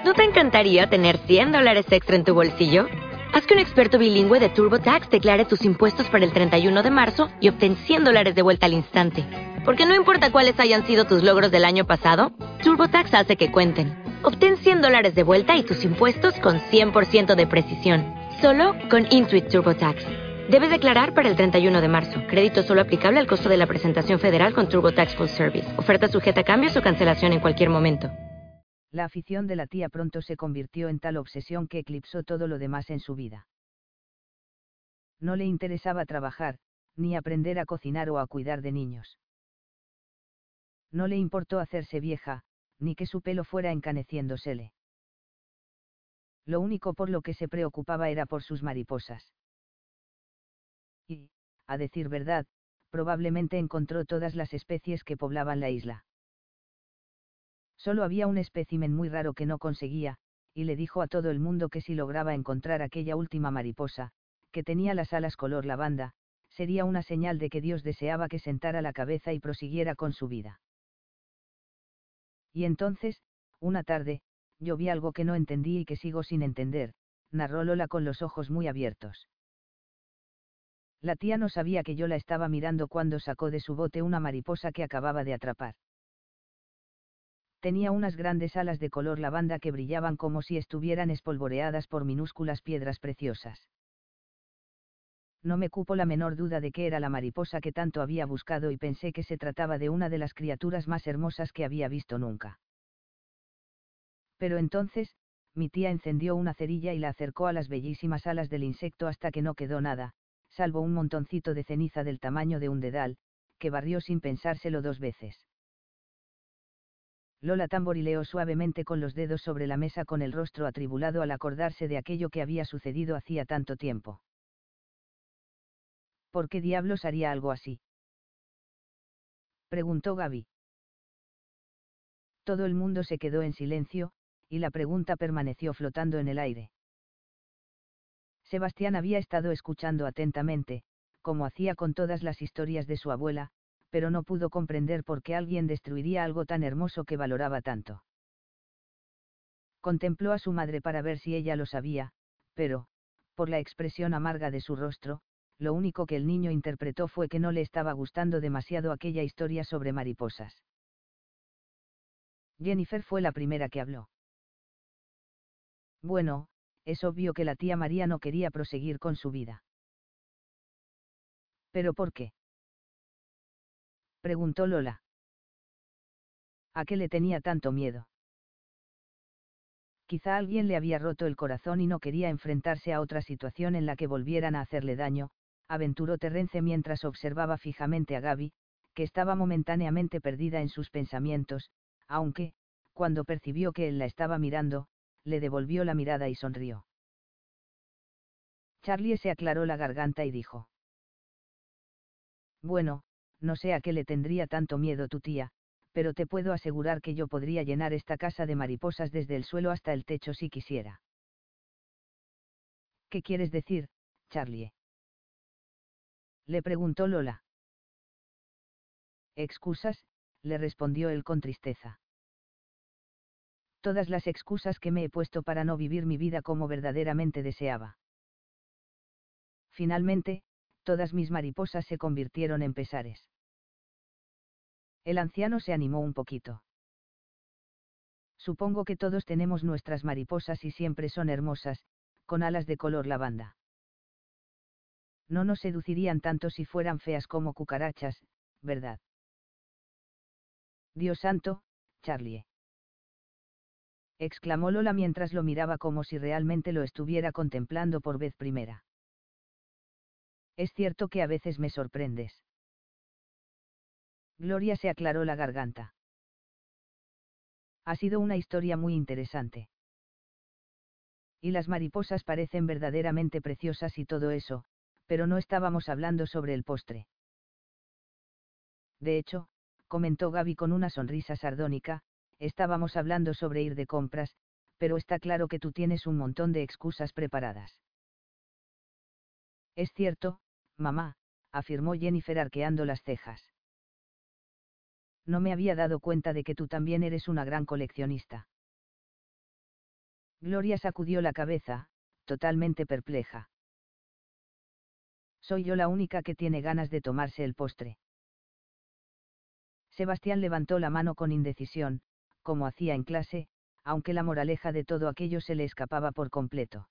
¿No te encantaría tener $100 extra en tu bolsillo? Haz que un experto bilingüe de TurboTax declare tus impuestos para el 31 de marzo y obtén $100 de vuelta al instante. Porque no importa cuáles hayan sido tus logros del año pasado, TurboTax hace que cuenten. Obtén $100 de vuelta y tus impuestos con 100% de precisión. Solo con Intuit TurboTax. Debes declarar para el 31 de marzo. Crédito solo aplicable al costo de la presentación federal con TurboTax Full Service. Oferta sujeta a cambios o cancelación en cualquier momento. La afición de la tía pronto se convirtió en tal obsesión que eclipsó todo lo demás en su vida. No le interesaba trabajar, ni aprender a cocinar o a cuidar de niños. No le importó hacerse vieja, ni que su pelo fuera encaneciéndosele. Lo único por lo que se preocupaba era por sus mariposas. Y, a decir verdad, probablemente encontró todas las especies que poblaban la isla. Solo había un espécimen muy raro que no conseguía, y le dijo a todo el mundo que si lograba encontrar aquella última mariposa, que tenía las alas color lavanda, sería una señal de que Dios deseaba que sentara la cabeza y prosiguiera con su vida. Y entonces, una tarde, yo vi algo que no entendí y que sigo sin entender, narró Lola con los ojos muy abiertos. La tía no sabía que yo la estaba mirando cuando sacó de su bote una mariposa que acababa de atrapar. Tenía unas grandes alas de color lavanda que brillaban como si estuvieran espolvoreadas por minúsculas piedras preciosas. No me cupo la menor duda de que era la mariposa que tanto había buscado y pensé que se trataba de una de las criaturas más hermosas que había visto nunca. Pero entonces, mi tía encendió una cerilla y la acercó a las bellísimas alas del insecto hasta que no quedó nada, salvo un montoncito de ceniza del tamaño de un dedal, que barrió sin pensárselo 2 veces. Lola tamborileó suavemente con los dedos sobre la mesa con el rostro atribulado al acordarse de aquello que había sucedido hacía tanto tiempo. ¿Por qué diablos haría algo así?, preguntó Gaby. Todo el mundo se quedó en silencio, y la pregunta permaneció flotando en el aire. Sebastián había estado escuchando atentamente, como hacía con todas las historias de su abuela, pero no pudo comprender por qué alguien destruiría algo tan hermoso que valoraba tanto. Contempló a su madre para ver si ella lo sabía, pero, por la expresión amarga de su rostro, lo único que el niño interpretó fue que no le estaba gustando demasiado aquella historia sobre mariposas. Jennifer fue la primera que habló. Bueno, es obvio que la tía María no quería proseguir con su vida. ¿Pero por qué?, preguntó Lola. ¿A qué le tenía tanto miedo? Quizá alguien le había roto el corazón y no quería enfrentarse a otra situación en la que volvieran a hacerle daño, aventuró Terrence mientras observaba fijamente a Gaby, que estaba momentáneamente perdida en sus pensamientos, aunque, cuando percibió que él la estaba mirando, le devolvió la mirada y sonrió. Charlie se aclaró la garganta y dijo: Bueno, no sé a qué le tendría tanto miedo tu tía, pero te puedo asegurar que yo podría llenar esta casa de mariposas desde el suelo hasta el techo si quisiera. ¿Qué quieres decir, Charlie?, le preguntó Lola. Excusas, le respondió él con tristeza. Todas las excusas que me he puesto para no vivir mi vida como verdaderamente deseaba. Finalmente, todas mis mariposas se convirtieron en pesares. El anciano se animó un poquito. Supongo que todos tenemos nuestras mariposas y siempre son hermosas, con alas de color lavanda. No nos seducirían tanto si fueran feas como cucarachas, ¿verdad? Dios santo, Charlie, exclamó Lola mientras lo miraba como si realmente lo estuviera contemplando por vez primera. Es cierto que a veces me sorprendes. Gloria se aclaró la garganta. Ha sido una historia muy interesante. Y las mariposas parecen verdaderamente preciosas y todo eso, pero no estábamos hablando sobre el postre. De hecho, comentó Gaby con una sonrisa sardónica, estábamos hablando sobre ir de compras, pero está claro que tú tienes un montón de excusas preparadas. Es cierto, mamá, afirmó Jennifer arqueando las cejas. No me había dado cuenta de que tú también eres una gran coleccionista. Gloria sacudió la cabeza, totalmente perpleja. Soy yo la única que tiene ganas de tomarse el postre. Sebastián levantó la mano con indecisión, como hacía en clase, aunque la moraleja de todo aquello se le escapaba por completo.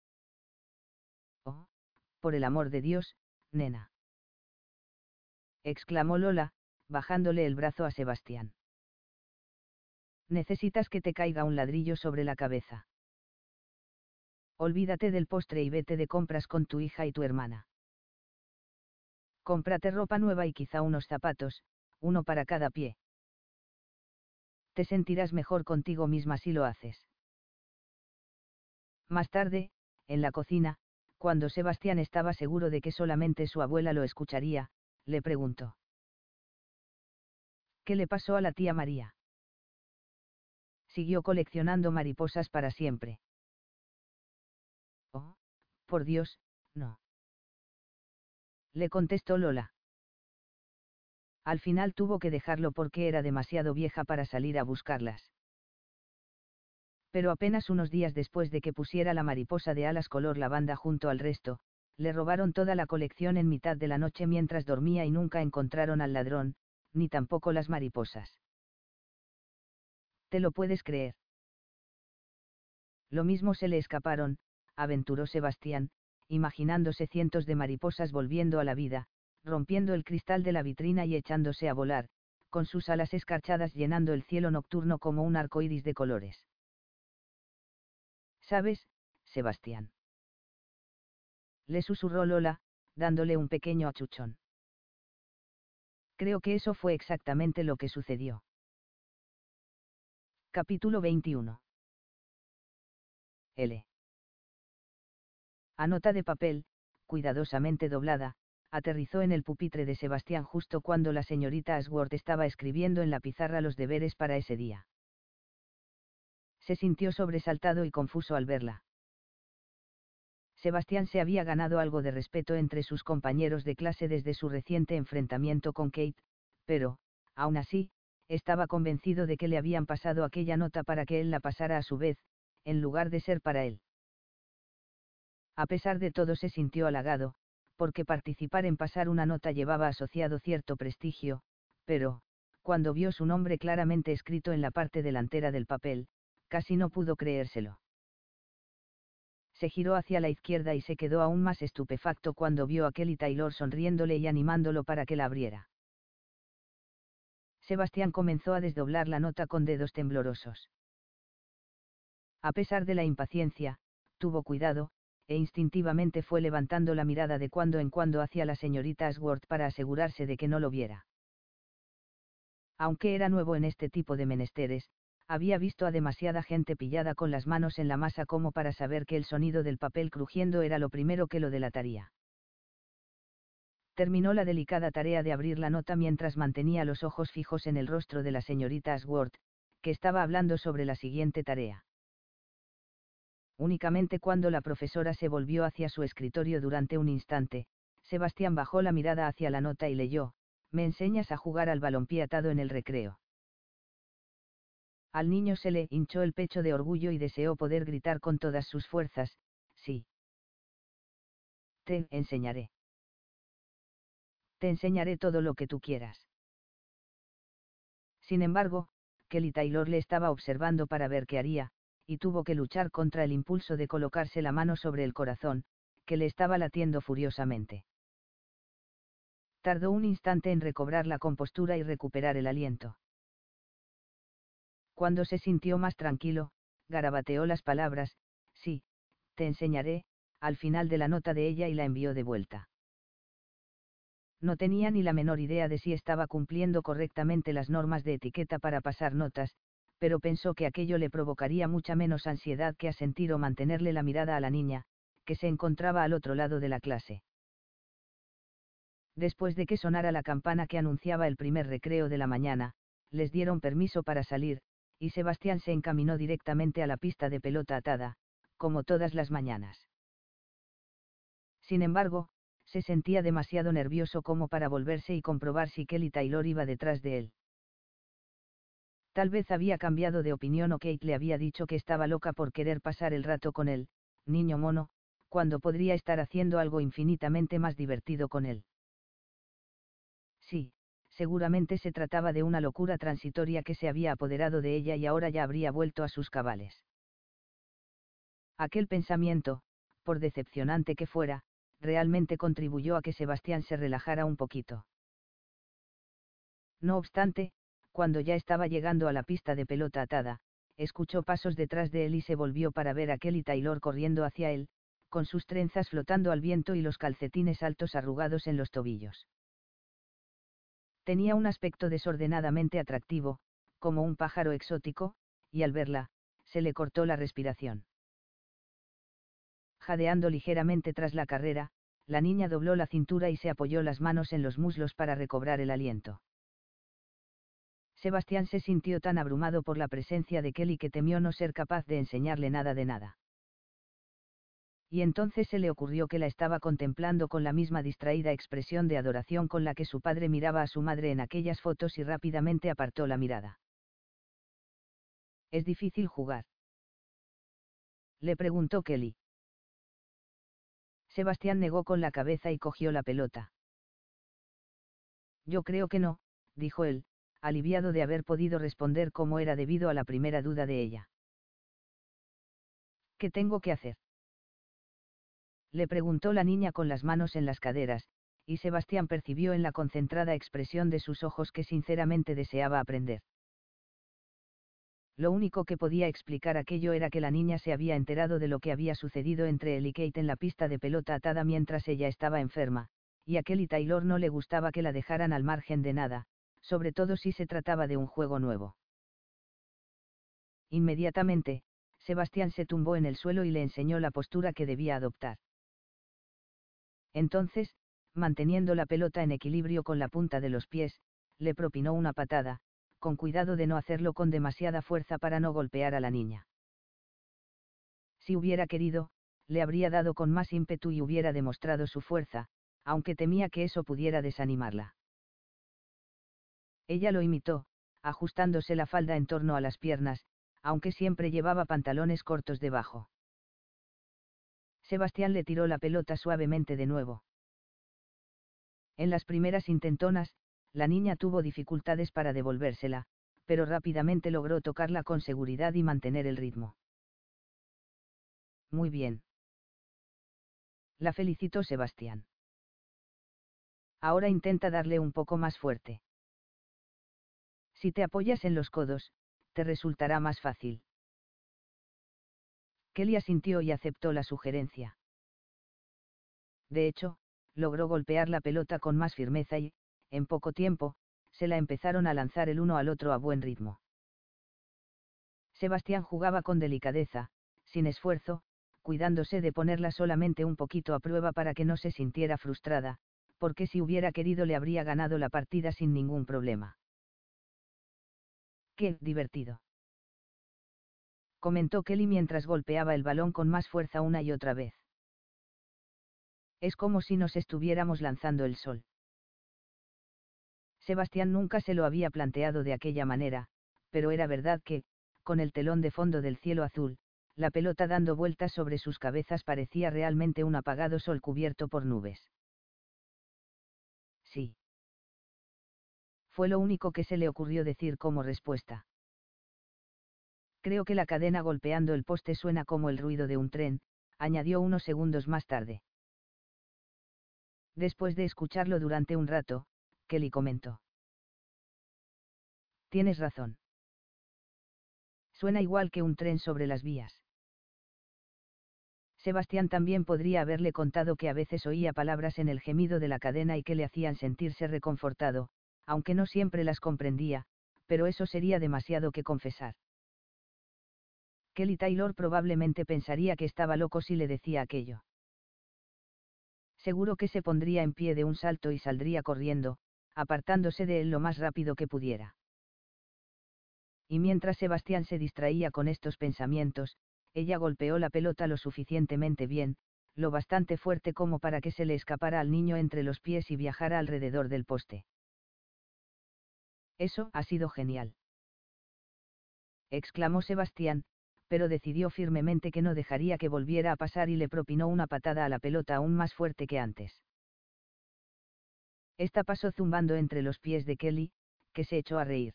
Oh, por el amor de Dios, nena, exclamó Lola, bajándole el brazo a Sebastián. Necesitas que te caiga un ladrillo sobre la cabeza. Olvídate del postre y vete de compras con tu hija y tu hermana. Cómprate ropa nueva y quizá unos zapatos, uno para cada pie. Te sentirás mejor contigo misma si lo haces. Más tarde, en la cocina, cuando Sebastián estaba seguro de que solamente su abuela lo escucharía, le preguntó: ¿qué le pasó a la tía María? Siguió coleccionando mariposas para siempre. Oh, por Dios, no. Le contestó Lola. Al final tuvo que dejarlo porque era demasiado vieja para salir a buscarlas. Pero apenas unos días después de que pusiera la mariposa de alas color lavanda junto al resto, le robaron toda la colección en mitad de la noche mientras dormía y nunca encontraron al ladrón, ni tampoco las mariposas. ¿Te lo puedes creer? Lo mismo se le escaparon, aventuró Sebastián, imaginándose cientos de mariposas volviendo a la vida, rompiendo el cristal de la vitrina y echándose a volar, con sus alas escarchadas llenando el cielo nocturno como un arco iris de colores. ¿Sabes, Sebastián? Le susurró Lola, dándole un pequeño achuchón. Creo que eso fue exactamente lo que sucedió. Capítulo 21. L. A nota de papel, cuidadosamente doblada, aterrizó en el pupitre de Sebastián justo cuando la señorita Ashworth estaba escribiendo en la pizarra los deberes para ese día. Se sintió sobresaltado y confuso al verla. Sebastián se había ganado algo de respeto entre sus compañeros de clase desde su reciente enfrentamiento con Kate, pero, aún así, estaba convencido de que le habían pasado aquella nota para que él la pasara a su vez, en lugar de ser para él. A pesar de todo se sintió halagado, porque participar en pasar una nota llevaba asociado cierto prestigio, pero, cuando vio su nombre claramente escrito en la parte delantera del papel, casi no pudo creérselo. Se giró hacia la izquierda y se quedó aún más estupefacto cuando vio a Kelly Taylor sonriéndole y animándolo para que la abriera. Sebastián comenzó a desdoblar la nota con dedos temblorosos. A pesar de la impaciencia, tuvo cuidado, e instintivamente fue levantando la mirada de cuando en cuando hacia la señorita Ashworth para asegurarse de que no lo viera. Aunque era nuevo en este tipo de menesteres, había visto a demasiada gente pillada con las manos en la masa como para saber que el sonido del papel crujiendo era lo primero que lo delataría. Terminó la delicada tarea de abrir la nota mientras mantenía los ojos fijos en el rostro de la señorita Ashworth, que estaba hablando sobre la siguiente tarea. Únicamente cuando la profesora se volvió hacia su escritorio durante un instante, Sebastián bajó la mirada hacia la nota y leyó: «Me enseñas a jugar al balompié atado en el recreo». Al niño se le hinchó el pecho de orgullo y deseó poder gritar con todas sus fuerzas: «Sí. Te enseñaré. Te enseñaré todo lo que tú quieras». Sin embargo, Kelly Taylor le estaba observando para ver qué haría, y tuvo que luchar contra el impulso de colocarse la mano sobre el corazón, que le estaba latiendo furiosamente. Tardó un instante en recobrar la compostura y recuperar el aliento. Cuando se sintió más tranquilo, garabateó las palabras: «Sí, te enseñaré», al final de la nota de ella y la envió de vuelta. No tenía ni la menor idea de si estaba cumpliendo correctamente las normas de etiqueta para pasar notas, pero pensó que aquello le provocaría mucha menos ansiedad que asentir o mantenerle la mirada a la niña, que se encontraba al otro lado de la clase. Después de que sonara la campana que anunciaba el primer recreo de la mañana, les dieron permiso para salir, y Sebastián se encaminó directamente a la pista de pelota atada, como todas las mañanas. Sin embargo, se sentía demasiado nervioso como para volverse y comprobar si Kelly Taylor iba detrás de él. Tal vez había cambiado de opinión o Kate le había dicho que estaba loca por querer pasar el rato con él, niño mono, cuando podría estar haciendo algo infinitamente más divertido con él. Sí, seguramente se trataba de una locura transitoria que se había apoderado de ella y ahora ya habría vuelto a sus cabales. Aquel pensamiento, por decepcionante que fuera, realmente contribuyó a que Sebastián se relajara un poquito. No obstante, cuando ya estaba llegando a la pista de pelota atada, escuchó pasos detrás de él y se volvió para ver a Kelly Taylor corriendo hacia él, con sus trenzas flotando al viento y los calcetines altos arrugados en los tobillos. Tenía un aspecto desordenadamente atractivo, como un pájaro exótico, y al verla, se le cortó la respiración. Jadeando ligeramente tras la carrera, la niña dobló la cintura y se apoyó las manos en los muslos para recobrar el aliento. Sebastián se sintió tan abrumado por la presencia de Kelly que temió no ser capaz de enseñarle nada de nada. Y entonces se le ocurrió que la estaba contemplando con la misma distraída expresión de adoración con la que su padre miraba a su madre en aquellas fotos y rápidamente apartó la mirada. ¿Es difícil jugar?, le preguntó Kelly. Sebastián negó con la cabeza y cogió la pelota. Yo creo que no, dijo él, aliviado de haber podido responder como era debido a la primera duda de ella. ¿Qué tengo que hacer?, le preguntó la niña con las manos en las caderas, y Sebastián percibió en la concentrada expresión de sus ojos que sinceramente deseaba aprender. Lo único que podía explicar aquello era que la niña se había enterado de lo que había sucedido entre él y Kate en la pista de pelota atada mientras ella estaba enferma, y a Kelly Taylor no le gustaba que la dejaran al margen de nada, sobre todo si se trataba de un juego nuevo. Inmediatamente, Sebastián se tumbó en el suelo y le enseñó la postura que debía adoptar. Entonces, manteniendo la pelota en equilibrio con la punta de los pies, le propinó una patada, con cuidado de no hacerlo con demasiada fuerza para no golpear a la niña. Si hubiera querido, le habría dado con más ímpetu y hubiera demostrado su fuerza, aunque temía que eso pudiera desanimarla. Ella lo imitó, ajustándose la falda en torno a las piernas, aunque siempre llevaba pantalones cortos debajo. Sebastián le tiró la pelota suavemente de nuevo. En las primeras intentonas, la niña tuvo dificultades para devolvérsela, pero rápidamente logró tocarla con seguridad y mantener el ritmo. Muy bien, la felicitó Sebastián. Ahora intenta darle un poco más fuerte. Si te apoyas en los codos, te resultará más fácil. Kelly asintió y aceptó la sugerencia. De hecho, logró golpear la pelota con más firmeza y, en poco tiempo, se la empezaron a lanzar el uno al otro a buen ritmo. Sebastián jugaba con delicadeza, sin esfuerzo, cuidándose de ponerla solamente un poquito a prueba para que no se sintiera frustrada, porque si hubiera querido le habría ganado la partida sin ningún problema. ¡Qué divertido!, comentó Kelly mientras golpeaba el balón con más fuerza una y otra vez. Es como si nos estuviéramos lanzando el sol. Sebastián nunca se lo había planteado de aquella manera, pero era verdad que, con el telón de fondo del cielo azul, la pelota dando vueltas sobre sus cabezas parecía realmente un apagado sol cubierto por nubes. Sí. Fue lo único que se le ocurrió decir como respuesta. Creo que la cadena golpeando el poste suena como el ruido de un tren, añadió unos segundos más tarde. Después de escucharlo durante un rato, Kelly comentó. Tienes razón. Suena igual que un tren sobre las vías. Sebastián también podría haberle contado que a veces oía palabras en el gemido de la cadena y que le hacían sentirse reconfortado, aunque no siempre las comprendía, pero eso sería demasiado que confesar. Kelly Taylor probablemente pensaría que estaba loco si le decía aquello. Seguro que se pondría en pie de un salto y saldría corriendo, apartándose de él lo más rápido que pudiera. Y mientras Sebastián se distraía con estos pensamientos, ella golpeó la pelota lo suficientemente bien, lo bastante fuerte como para que se le escapara al niño entre los pies y viajara alrededor del poste. Eso ha sido genial. exclamó Sebastián, pero decidió firmemente que no dejaría que volviera a pasar y le propinó una patada a la pelota aún más fuerte que antes. Esta pasó zumbando entre los pies de Kelly, que se echó a reír.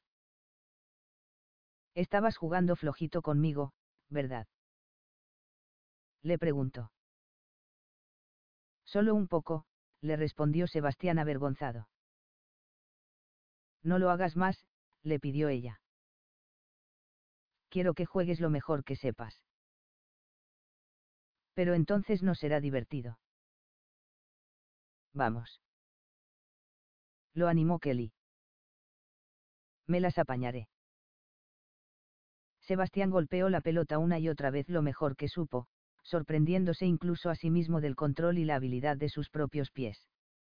Estabas jugando flojito conmigo, ¿verdad? Le preguntó. Solo un poco, le respondió Sebastián avergonzado. No lo hagas más, le pidió ella. Quiero que juegues lo mejor que sepas. Pero entonces no será divertido. Vamos. Lo animó Kelly. Me las apañaré. Sebastián golpeó la pelota una y otra vez lo mejor que supo, sorprendiéndose incluso a sí mismo del control y la habilidad de sus propios pies.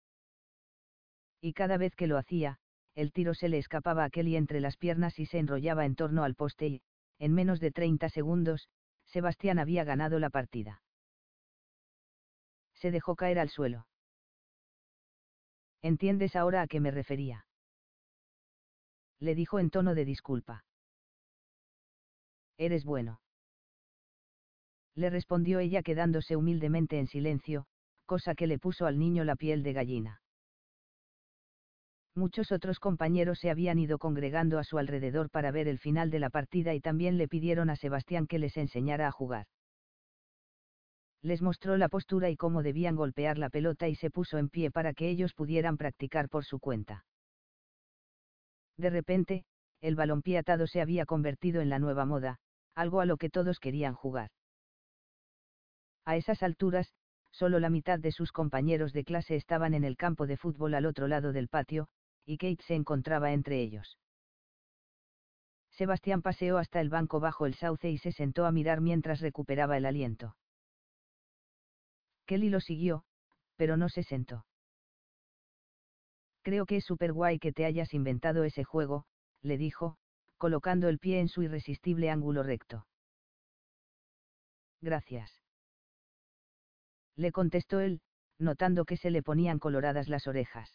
Y cada vez que lo hacía, el tiro se le escapaba a Kelly entre las piernas y se enrollaba en torno al poste y, en menos de 30 segundos, Sebastián había ganado la partida. Se dejó caer al suelo. ¿Entiendes ahora a qué me refería? Le dijo en tono de disculpa. Eres bueno. Le respondió ella quedándose humildemente en silencio, cosa que le puso al niño la piel de gallina. Muchos otros compañeros se habían ido congregando a su alrededor para ver el final de la partida y también le pidieron a Sebastián que les enseñara a jugar. Les mostró la postura y cómo debían golpear la pelota y se puso en pie para que ellos pudieran practicar por su cuenta. De repente, el balompié atado se había convertido en la nueva moda, algo a lo que todos querían jugar. A esas alturas, solo la mitad de sus compañeros de clase estaban en el campo de fútbol al otro lado del patio, y Kate se encontraba entre ellos. Sebastián paseó hasta el banco bajo el sauce y se sentó a mirar mientras recuperaba el aliento. Kelly lo siguió, pero no se sentó. Creo que es súper guay que te hayas inventado ese juego, le dijo, colocando el pie en su irresistible ángulo recto. Gracias. Le contestó él, notando que se le ponían coloradas las orejas.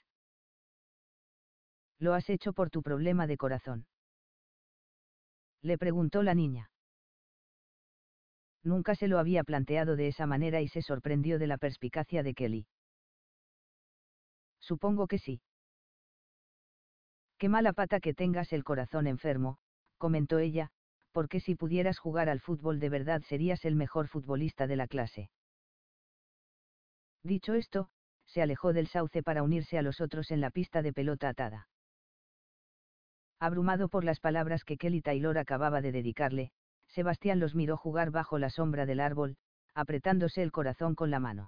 ¿Lo has hecho por tu problema de corazón? Le preguntó la niña. Nunca se lo había planteado de esa manera y se sorprendió de la perspicacia de Kelly. Supongo que sí. Qué mala pata que tengas el corazón enfermo, comentó ella, porque si pudieras jugar al fútbol de verdad serías el mejor futbolista de la clase. Dicho esto, se alejó del sauce para unirse a los otros en la pista de pelota atada. Abrumado por las palabras que Kelly Taylor acababa de dedicarle, Sebastián los miró jugar bajo la sombra del árbol, apretándose el corazón con la mano.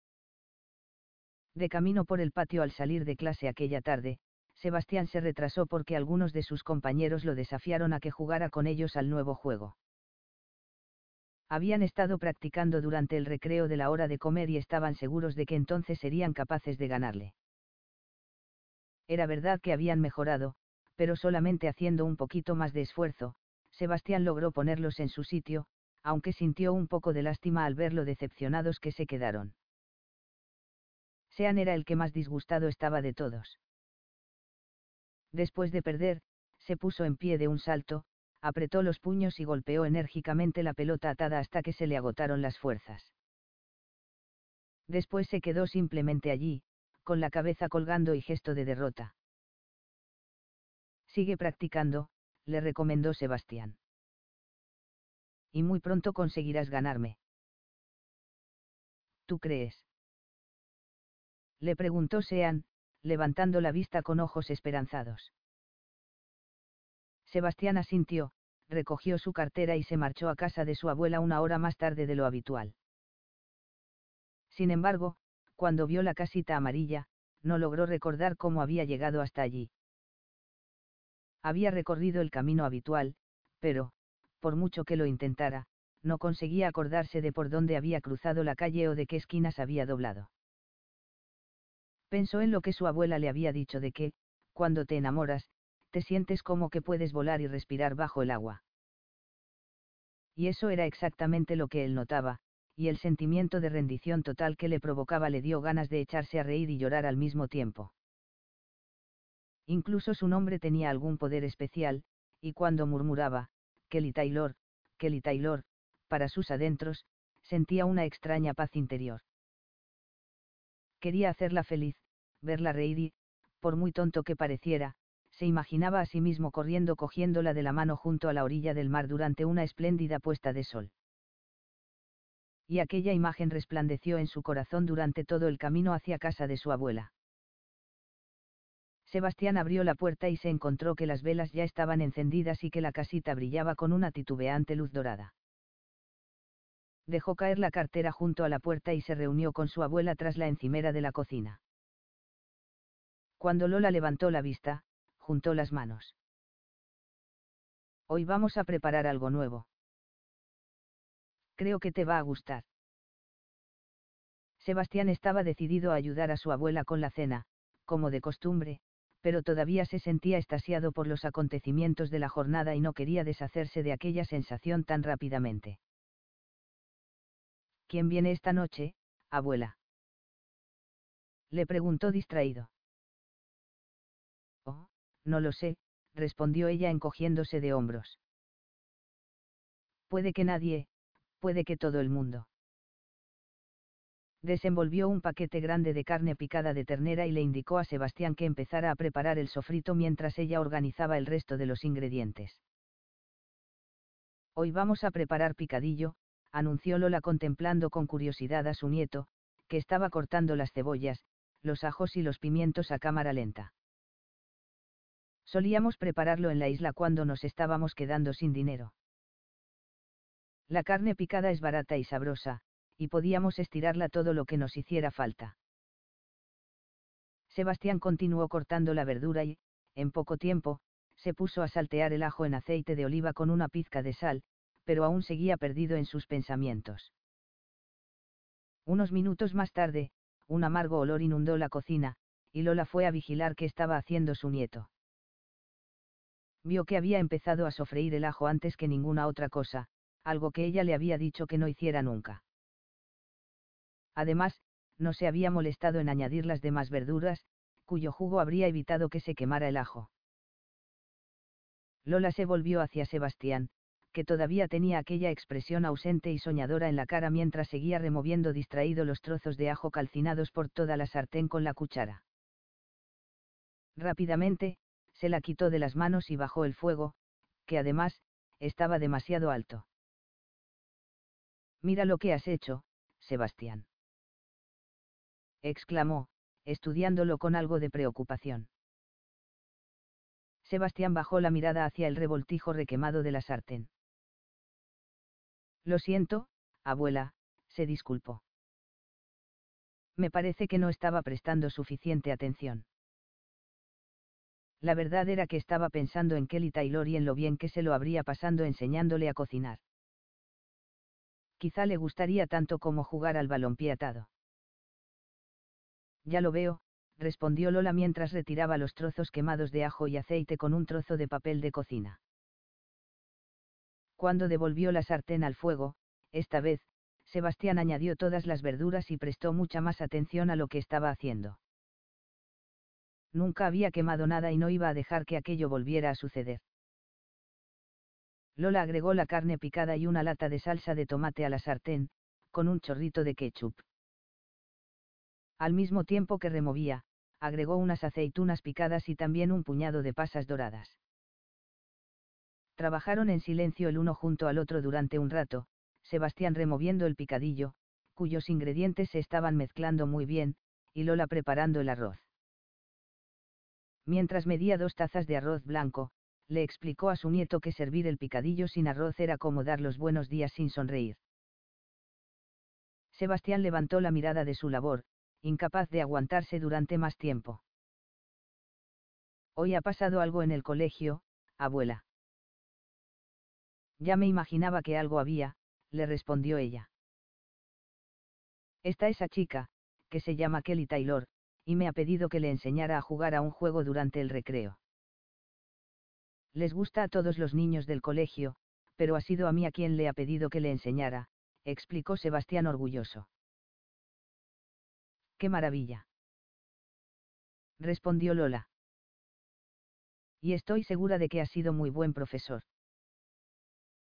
De camino por el patio al salir de clase aquella tarde, Sebastián se retrasó porque algunos de sus compañeros lo desafiaron a que jugara con ellos al nuevo juego. Habían estado practicando durante el recreo de la hora de comer y estaban seguros de que entonces serían capaces de ganarle. Era verdad que habían mejorado, pero solamente haciendo un poquito más de esfuerzo, Sebastián logró ponerlos en su sitio, aunque sintió un poco de lástima al ver lo decepcionados que se quedaron. Sean era el que más disgustado estaba de todos. Después de perder, se puso en pie de un salto, apretó los puños y golpeó enérgicamente la pelota atada hasta que se le agotaron las fuerzas. Después se quedó simplemente allí, con la cabeza colgando y gesto de derrota. Sigue practicando, le recomendó Sebastián. Y muy pronto conseguirás ganarme. ¿Tú crees? Le preguntó Sean, levantando la vista con ojos esperanzados. Sebastián asintió, recogió su cartera y se marchó a casa de su abuela una hora más tarde de lo habitual. Sin embargo, cuando vio la casita amarilla, no logró recordar cómo había llegado hasta allí. Había recorrido el camino habitual, pero, por mucho que lo intentara, no conseguía acordarse de por dónde había cruzado la calle o de qué esquinas había doblado. Pensó en lo que su abuela le había dicho de que, cuando te enamoras, te sientes como que puedes volar y respirar bajo el agua. Y eso era exactamente lo que él notaba, y el sentimiento de rendición total que le provocaba le dio ganas de echarse a reír y llorar al mismo tiempo. Incluso su nombre tenía algún poder especial, y cuando murmuraba, Kelly Taylor, para sus adentros, sentía una extraña paz interior. Quería hacerla feliz, verla reír y, por muy tonto que pareciera, se imaginaba a sí mismo corriendo cogiéndola de la mano junto a la orilla del mar durante una espléndida puesta de sol. Y aquella imagen resplandeció en su corazón durante todo el camino hacia casa de su abuela. Sebastián abrió la puerta y se encontró que las velas ya estaban encendidas y que la casita brillaba con una titubeante luz dorada. Dejó caer la cartera junto a la puerta y se reunió con su abuela tras la encimera de la cocina. Cuando Lola levantó la vista, juntó las manos. Hoy vamos a preparar algo nuevo. Creo que te va a gustar. Sebastián estaba decidido a ayudar a su abuela con la cena, como de costumbre, pero todavía se sentía extasiado por los acontecimientos de la jornada y no quería deshacerse de aquella sensación tan rápidamente. ¿Quién viene esta noche, abuela? Le preguntó distraído. Oh, no lo sé, respondió ella encogiéndose de hombros. Puede que nadie, puede que todo el mundo. Desenvolvió un paquete grande de carne picada de ternera y le indicó a Sebastián que empezara a preparar el sofrito mientras ella organizaba el resto de los ingredientes. Hoy vamos a preparar picadillo, anunció Lola contemplando con curiosidad a su nieto, que estaba cortando las cebollas, los ajos y los pimientos a cámara lenta. Solíamos prepararlo en la isla cuando nos estábamos quedando sin dinero. La carne picada es barata y sabrosa, y podíamos estirarla todo lo que nos hiciera falta. Sebastián continuó cortando la verdura y, en poco tiempo, se puso a saltear el ajo en aceite de oliva con una pizca de sal, pero aún seguía perdido en sus pensamientos. Unos minutos más tarde, un amargo olor inundó la cocina, y Lola fue a vigilar qué estaba haciendo su nieto. Vio que había empezado a sofreír el ajo antes que ninguna otra cosa, algo que ella le había dicho que no hiciera nunca. Además, no se había molestado en añadir las demás verduras, cuyo jugo habría evitado que se quemara el ajo. Lola se volvió hacia Sebastián, que todavía tenía aquella expresión ausente y soñadora en la cara mientras seguía removiendo distraído los trozos de ajo calcinados por toda la sartén con la cuchara. Rápidamente, se la quitó de las manos y bajó el fuego, que además, estaba demasiado alto. Mira lo que has hecho, Sebastián, exclamó, estudiándolo con algo de preocupación. Sebastián bajó la mirada hacia el revoltijo requemado de la sartén. Lo siento, abuela, se disculpó. Me parece que no estaba prestando suficiente atención. La verdad era que estaba pensando en Kelly Taylor y en lo bien que se lo habría pasando enseñándole a cocinar. Quizá le gustaría tanto como jugar al balompié atado. Ya lo veo, respondió Lola mientras retiraba los trozos quemados de ajo y aceite con un trozo de papel de cocina. Cuando devolvió la sartén al fuego, esta vez, Sebastián añadió todas las verduras y prestó mucha más atención a lo que estaba haciendo. Nunca había quemado nada y no iba a dejar que aquello volviera a suceder. Lola agregó la carne picada y una lata de salsa de tomate a la sartén, con un chorrito de ketchup. Al mismo tiempo que removía, agregó unas aceitunas picadas y también un puñado de pasas doradas. Trabajaron en silencio el uno junto al otro durante un rato, Sebastián removiendo el picadillo, cuyos ingredientes se estaban mezclando muy bien, y Lola preparando el arroz. Mientras medía 2 tazas de arroz blanco, le explicó a su nieto que servir el picadillo sin arroz era como dar los buenos días sin sonreír. Sebastián levantó la mirada de su labor, incapaz de aguantarse durante más tiempo. Hoy ha pasado algo en el colegio, abuela. Ya me imaginaba que algo había, le respondió ella. Está esa chica, que se llama Kelly Taylor, y me ha pedido que le enseñara a jugar a un juego durante el recreo. Les gusta a todos los niños del colegio, pero ha sido a mí a quien le ha pedido que le enseñara, explicó Sebastián orgulloso. ¡Qué maravilla!, respondió Lola. Y estoy segura de que ha sido muy buen profesor.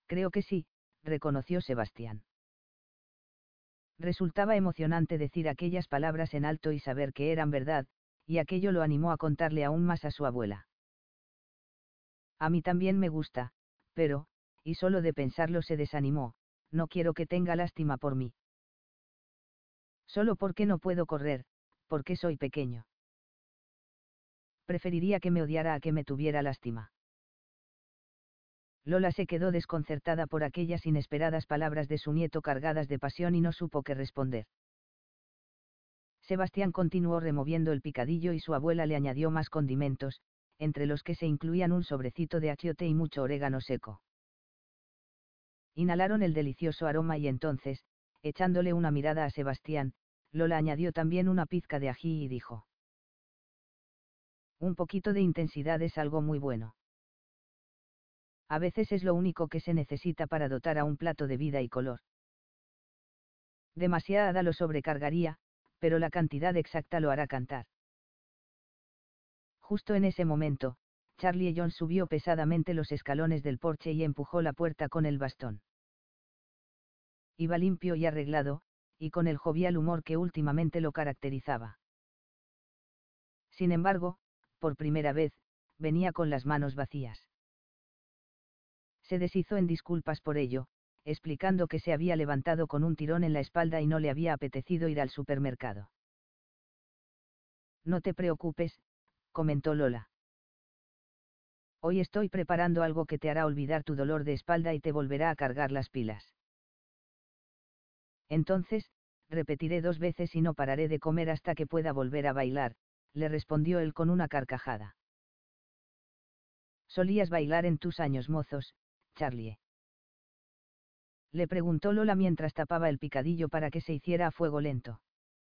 Creo que sí, reconoció Sebastián. Resultaba emocionante decir aquellas palabras en alto y saber que eran verdad, y aquello lo animó a contarle aún más a su abuela. A mí también me gusta, pero, y solo de pensarlo se desanimó, no quiero que tenga lástima por mí. Solo porque no puedo correr, porque soy pequeño. Preferiría que me odiara a que me tuviera lástima. Lola se quedó desconcertada por aquellas inesperadas palabras de su nieto cargadas de pasión y no supo qué responder. Sebastián continuó removiendo el picadillo y su abuela le añadió más condimentos, entre los que se incluían un sobrecito de achiote y mucho orégano seco. Inhalaron el delicioso aroma y entonces, echándole una mirada a Sebastián, Lola añadió también una pizca de ají y dijo: un poquito de intensidad es algo muy bueno. A veces es lo único que se necesita para dotar a un plato de vida y color. Demasiada lo sobrecargaría, pero la cantidad exacta lo hará cantar. Justo en ese momento, Charlie John subió pesadamente los escalones del porche y empujó la puerta con el bastón. Iba limpio y arreglado, y con el jovial humor que últimamente lo caracterizaba. Sin embargo, por primera vez, venía con las manos vacías. Se deshizo en disculpas por ello, explicando que se había levantado con un tirón en la espalda y no le había apetecido ir al supermercado. No te preocupes, comentó Lola. Hoy estoy preparando algo que te hará olvidar tu dolor de espalda y te volverá a cargar las pilas. Entonces, repetiré 2 veces y no pararé de comer hasta que pueda volver a bailar, le respondió él con una carcajada. ¿Solías bailar en tus años mozos, Charlie? Le preguntó Lola mientras tapaba el picadillo para que se hiciera a fuego lento.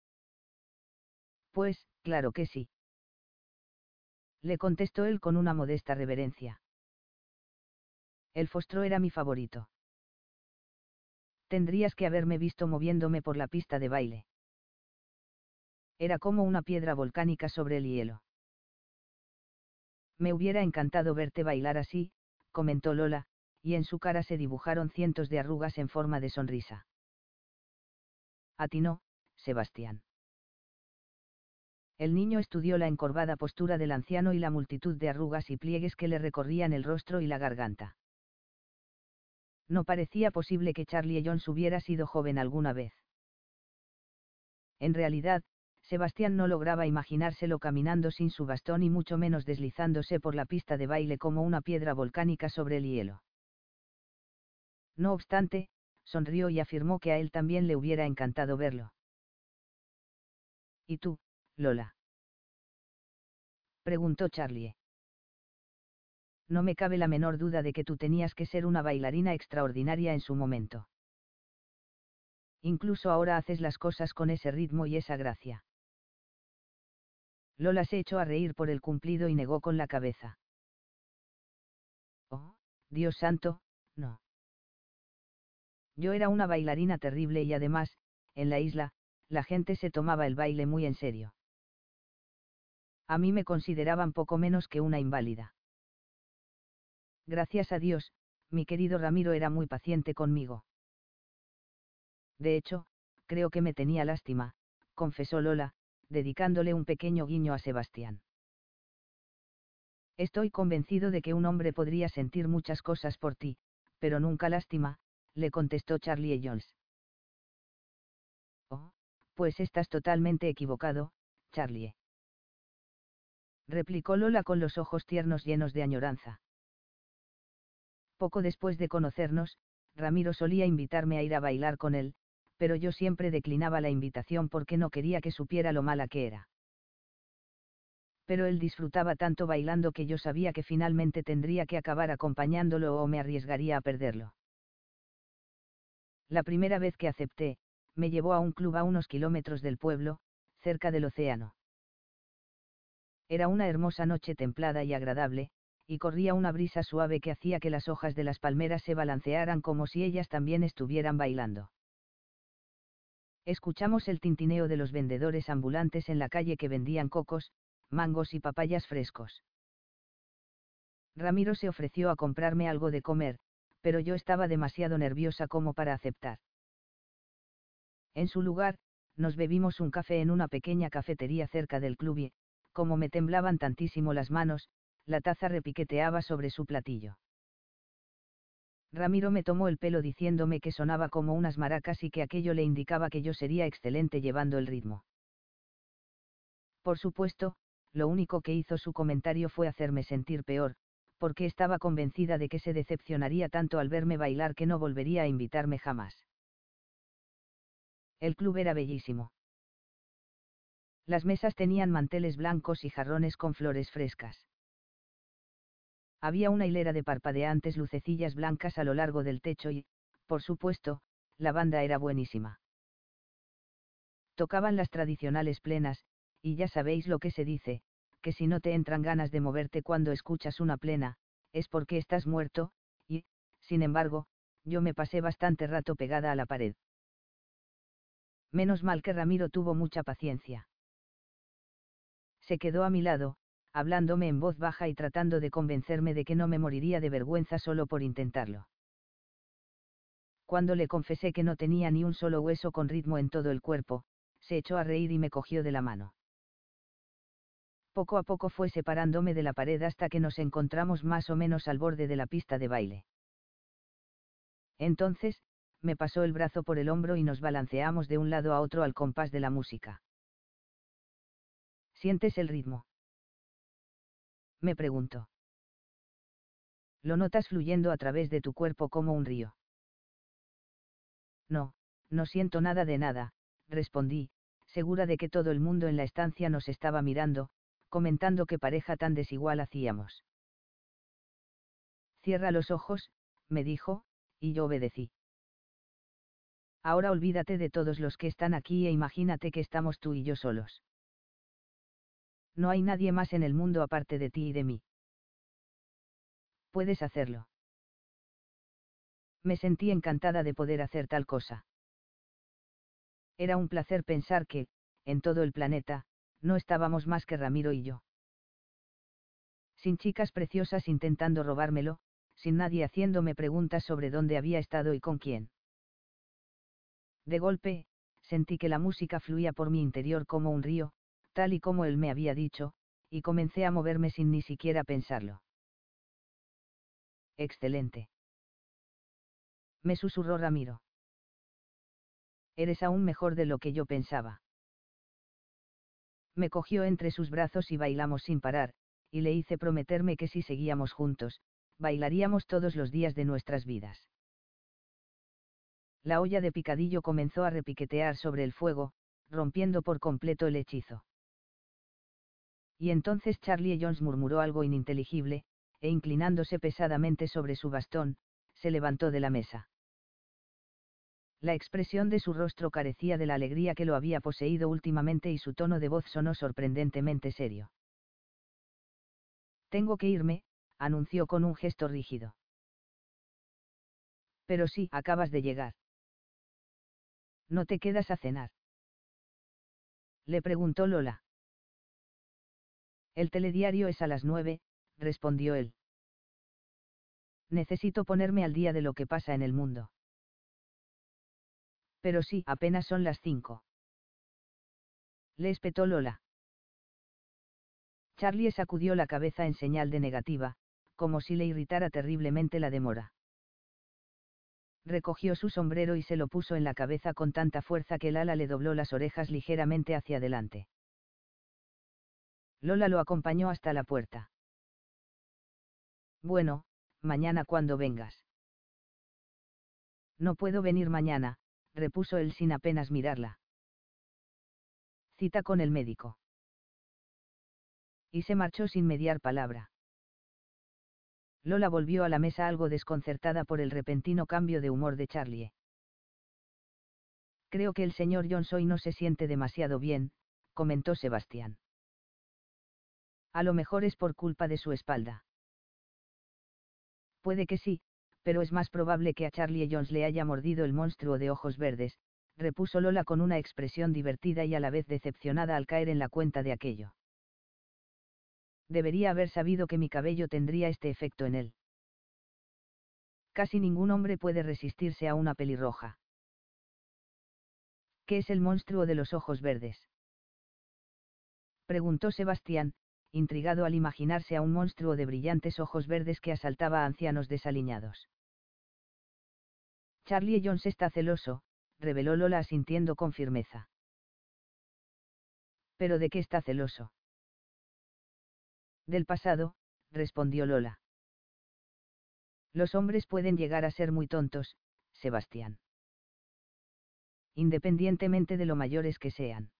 Pues, claro que sí. Le contestó él con una modesta reverencia. El fostro era mi favorito. Tendrías que haberme visto moviéndome por la pista de baile. Era como una piedra volcánica sobre el hielo. Me hubiera encantado verte bailar así, comentó Lola, y en su cara se dibujaron cientos de arrugas en forma de sonrisa. A ti no, Sebastián. El niño estudió la encorvada postura del anciano y la multitud de arrugas y pliegues que le recorrían el rostro y la garganta. No parecía posible que Charlie Jones hubiera sido joven alguna vez. En realidad, Sebastián no lograba imaginárselo caminando sin su bastón y mucho menos deslizándose por la pista de baile como una piedra volcánica sobre el hielo. No obstante, sonrió y afirmó que a él también le hubiera encantado verlo. ¿Y tú, Lola? Preguntó Charlie. No me cabe la menor duda de que tú tenías que ser una bailarina extraordinaria en su momento. Incluso ahora haces las cosas con ese ritmo y esa gracia. Lola se echó a reír por el cumplido y negó con la cabeza. Oh, Dios santo, no. Yo era una bailarina terrible y además, en la isla, la gente se tomaba el baile muy en serio. A mí me consideraban poco menos que una inválida. Gracias a Dios, mi querido Ramiro era muy paciente conmigo. De hecho, creo que me tenía lástima, confesó Lola, dedicándole un pequeño guiño a Sebastián. Estoy convencido de que un hombre podría sentir muchas cosas por ti, pero nunca lástima, le contestó Charlie Jones. Oh, pues estás totalmente equivocado, Charlie. Replicó Lola con los ojos tiernos llenos de añoranza. Poco después de conocernos, Ramiro solía invitarme a ir a bailar con él, pero yo siempre declinaba la invitación porque no quería que supiera lo mala que era. Pero él disfrutaba tanto bailando que yo sabía que finalmente tendría que acabar acompañándolo o me arriesgaría a perderlo. La primera vez que acepté, me llevó a un club a unos kilómetros del pueblo, cerca del océano. Era una hermosa noche templada y agradable, y corría una brisa suave que hacía que las hojas de las palmeras se balancearan como si ellas también estuvieran bailando. Escuchamos el tintineo de los vendedores ambulantes en la calle que vendían cocos, mangos y papayas frescos. Ramiro se ofreció a comprarme algo de comer, pero yo estaba demasiado nerviosa como para aceptar. En su lugar, nos bebimos un café en una pequeña cafetería cerca del club y, como me temblaban tantísimo las manos, la taza repiqueteaba sobre su platillo. Ramiro me tomó el pelo diciéndome que sonaba como unas maracas y que aquello le indicaba que yo sería excelente llevando el ritmo. Por supuesto, lo único que hizo su comentario fue hacerme sentir peor, porque estaba convencida de que se decepcionaría tanto al verme bailar que no volvería a invitarme jamás. El club era bellísimo. Las mesas tenían manteles blancos y jarrones con flores frescas. Había una hilera de parpadeantes lucecillas blancas a lo largo del techo y, por supuesto, la banda era buenísima. Tocaban las tradicionales plenas, y ya sabéis lo que se dice, que si no te entran ganas de moverte cuando escuchas una plena, es porque estás muerto, y, sin embargo, yo me pasé bastante rato pegada a la pared. Menos mal que Ramiro tuvo mucha paciencia. Se quedó a mi lado, hablándome en voz baja y tratando de convencerme de que no me moriría de vergüenza solo por intentarlo. Cuando le confesé que no tenía ni un solo hueso con ritmo en todo el cuerpo, se echó a reír y me cogió de la mano. Poco a poco fue separándome de la pared hasta que nos encontramos más o menos al borde de la pista de baile. Entonces, me pasó el brazo por el hombro y nos balanceamos de un lado a otro al compás de la música. ¿Sientes el ritmo?, me preguntó. ¿Lo notas fluyendo a través de tu cuerpo como un río? No, no siento nada de nada, respondí, segura de que todo el mundo en la estancia nos estaba mirando, comentando qué pareja tan desigual hacíamos. Cierra los ojos, me dijo, y yo obedecí. Ahora olvídate de todos los que están aquí e imagínate que estamos tú y yo solos. No hay nadie más en el mundo aparte de ti y de mí. Puedes hacerlo. Me sentí encantada de poder hacer tal cosa. Era un placer pensar que, en todo el planeta, no estábamos más que Ramiro y yo. Sin chicas preciosas intentando robármelo, sin nadie haciéndome preguntas sobre dónde había estado y con quién. De golpe, sentí que la música fluía por mi interior como un río, tal y como él me había dicho, y comencé a moverme sin ni siquiera pensarlo. Excelente. Me susurró Ramiro. Eres aún mejor de lo que yo pensaba. Me cogió entre sus brazos y bailamos sin parar, y le hice prometerme que si seguíamos juntos, bailaríamos todos los días de nuestras vidas. La olla de picadillo comenzó a repiquetear sobre el fuego, rompiendo por completo el hechizo. Y entonces Charlie Jones murmuró algo ininteligible, e inclinándose pesadamente sobre su bastón, se levantó de la mesa. La expresión de su rostro carecía de la alegría que lo había poseído últimamente y su tono de voz sonó sorprendentemente serio. Tengo que irme, anunció con un gesto rígido. Pero sí, acabas de llegar. ¿No te quedas a cenar?, le preguntó Lola. El telediario es a las 9, respondió él. Necesito ponerme al día de lo que pasa en el mundo. Pero sí, apenas son las 5. Le espetó Lola. Charlie sacudió la cabeza en señal de negativa, como si le irritara terriblemente la demora. Recogió su sombrero y se lo puso en la cabeza con tanta fuerza que el ala le dobló las orejas ligeramente hacia adelante. Lola lo acompañó hasta la puerta. Bueno, mañana cuando vengas. No puedo venir mañana, repuso él sin apenas mirarla. Cita con el médico. Y se marchó sin mediar palabra. Lola volvió a la mesa algo desconcertada por el repentino cambio de humor de Charlie. Creo que el señor Jones hoy no se siente demasiado bien, comentó Sebastián. A lo mejor es por culpa de su espalda. Puede que sí, pero es más probable que a Charlie Jones le haya mordido el monstruo de ojos verdes, repuso Lola con una expresión divertida y a la vez decepcionada al caer en la cuenta de aquello. Debería haber sabido que mi cabello tendría este efecto en él. Casi ningún hombre puede resistirse a una pelirroja. ¿Qué es el monstruo de los ojos verdes? Preguntó Sebastián, intrigado al imaginarse a un monstruo de brillantes ojos verdes que asaltaba a ancianos desaliñados. Charlie Jones está celoso, reveló Lola asintiendo con firmeza. ¿Pero de qué está celoso? Del pasado, respondió Lola. Los hombres pueden llegar a ser muy tontos, Sebastián. Independientemente de lo mayores que sean.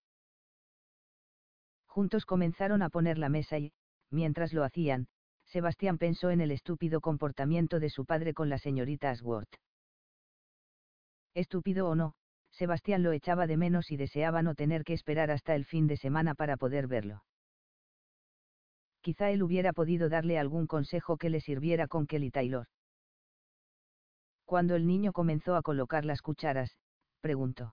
Juntos comenzaron a poner la mesa y, mientras lo hacían, Sebastián pensó en el estúpido comportamiento de su padre con la señorita Ashworth. Estúpido o no, Sebastián lo echaba de menos y deseaba no tener que esperar hasta el fin de semana para poder verlo. Quizá él hubiera podido darle algún consejo que le sirviera con Kelly Taylor. Cuando el niño comenzó a colocar las cucharas, preguntó.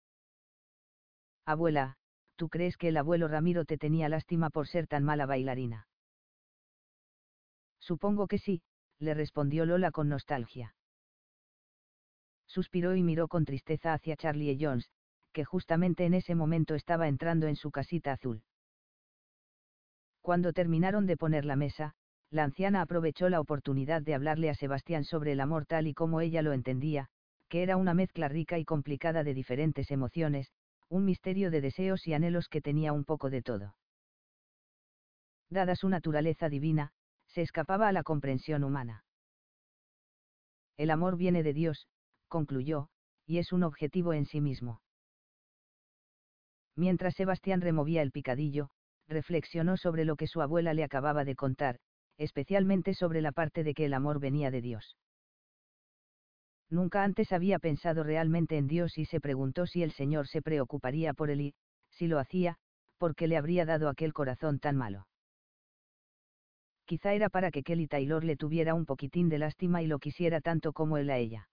Abuela, ¿tú crees que el abuelo Ramiro te tenía lástima por ser tan mala bailarina? Supongo que sí, le respondió Lola con nostalgia. Suspiró y miró con tristeza hacia Charlie Jones, que justamente en ese momento estaba entrando en su casita azul. Cuando terminaron de poner la mesa, la anciana aprovechó la oportunidad de hablarle a Sebastián sobre el amor tal y como ella lo entendía, que era una mezcla rica y complicada de diferentes emociones, un misterio de deseos y anhelos que tenía un poco de todo. Dada su naturaleza divina, se escapaba a la comprensión humana. El amor viene de Dios, concluyó, y es un objetivo en sí mismo. Mientras Sebastián removía el picadillo, reflexionó sobre lo que su abuela le acababa de contar, especialmente sobre la parte de que el amor venía de Dios. Nunca antes había pensado realmente en Dios y se preguntó si el Señor se preocuparía por él y, si lo hacía, ¿por qué le habría dado aquel corazón tan malo? Quizá era para que Kelly Taylor le tuviera un poquitín de lástima y lo quisiera tanto como él a ella.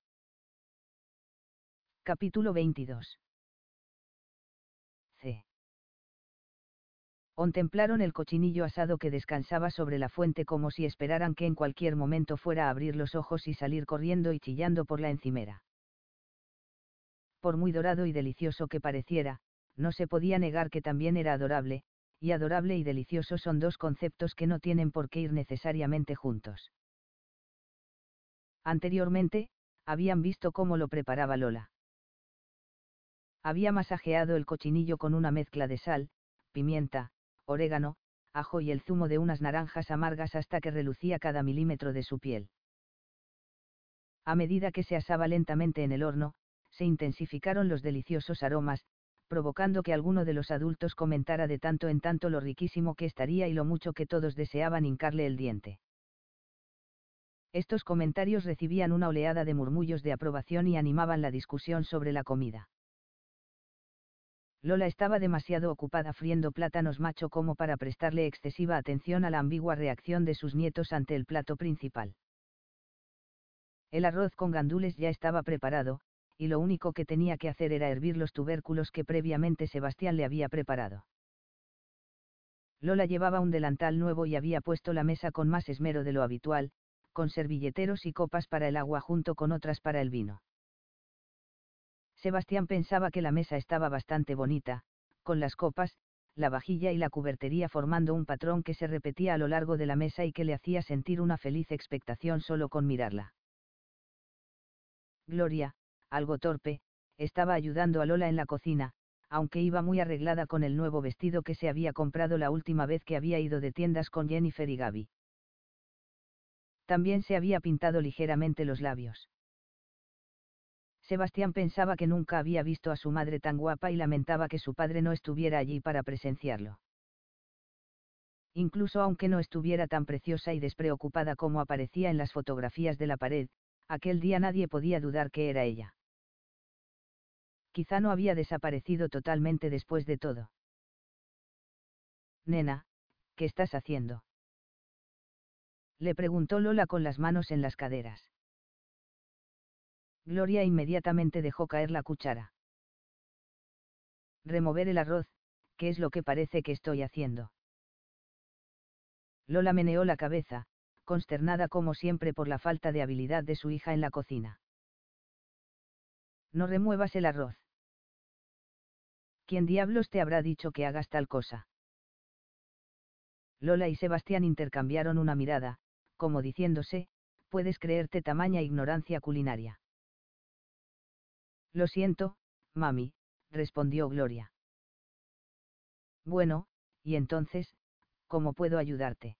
Capítulo 22. C. Contemplaron el cochinillo asado que descansaba sobre la fuente como si esperaran que en cualquier momento fuera a abrir los ojos y salir corriendo y chillando por la encimera. Por muy dorado y delicioso que pareciera, no se podía negar que también era adorable, y adorable y delicioso son dos conceptos que no tienen por qué ir necesariamente juntos. Anteriormente, habían visto cómo lo preparaba Lola. Había masajeado el cochinillo con una mezcla de sal, pimienta, orégano, ajo y el zumo de unas naranjas amargas hasta que relucía cada milímetro de su piel. A medida que se asaba lentamente en el horno, se intensificaron los deliciosos aromas, provocando que alguno de los adultos comentara de tanto en tanto lo riquísimo que estaría y lo mucho que todos deseaban hincarle el diente. Estos comentarios recibían una oleada de murmullos de aprobación y animaban la discusión sobre la comida. Lola estaba demasiado ocupada friendo plátanos macho como para prestarle excesiva atención a la ambigua reacción de sus nietos ante el plato principal. El arroz con gandules ya estaba preparado, y lo único que tenía que hacer era hervir los tubérculos que previamente Sebastián le había preparado. Lola llevaba un delantal nuevo y había puesto la mesa con más esmero de lo habitual, con servilleteros y copas para el agua junto con otras para el vino. Sebastián pensaba que la mesa estaba bastante bonita, con las copas, la vajilla y la cubertería formando un patrón que se repetía a lo largo de la mesa y que le hacía sentir una feliz expectación solo con mirarla. Gloria, algo torpe, estaba ayudando a Lola en la cocina, aunque iba muy arreglada con el nuevo vestido que se había comprado la última vez que había ido de tiendas con Jennifer y Gaby. También se había pintado ligeramente los labios. Sebastián pensaba que nunca había visto a su madre tan guapa y lamentaba que su padre no estuviera allí para presenciarlo. Incluso aunque no estuviera tan preciosa y despreocupada como aparecía en las fotografías de la pared, aquel día nadie podía dudar que era ella. Quizá no había desaparecido totalmente después de todo. Nena, ¿qué estás haciendo? Le preguntó Lola con las manos en las caderas. Gloria inmediatamente dejó caer la cuchara. Remover el arroz, ¿qué es lo que parece que estoy haciendo? Lola meneó la cabeza, consternada como siempre por la falta de habilidad de su hija en la cocina. No remuevas el arroz. ¿Quién diablos te habrá dicho que hagas tal cosa? Lola y Sebastián intercambiaron una mirada, como diciéndose, puedes creerte tamaña ignorancia culinaria. Lo siento, mami, respondió Gloria. Bueno, y entonces, ¿cómo puedo ayudarte?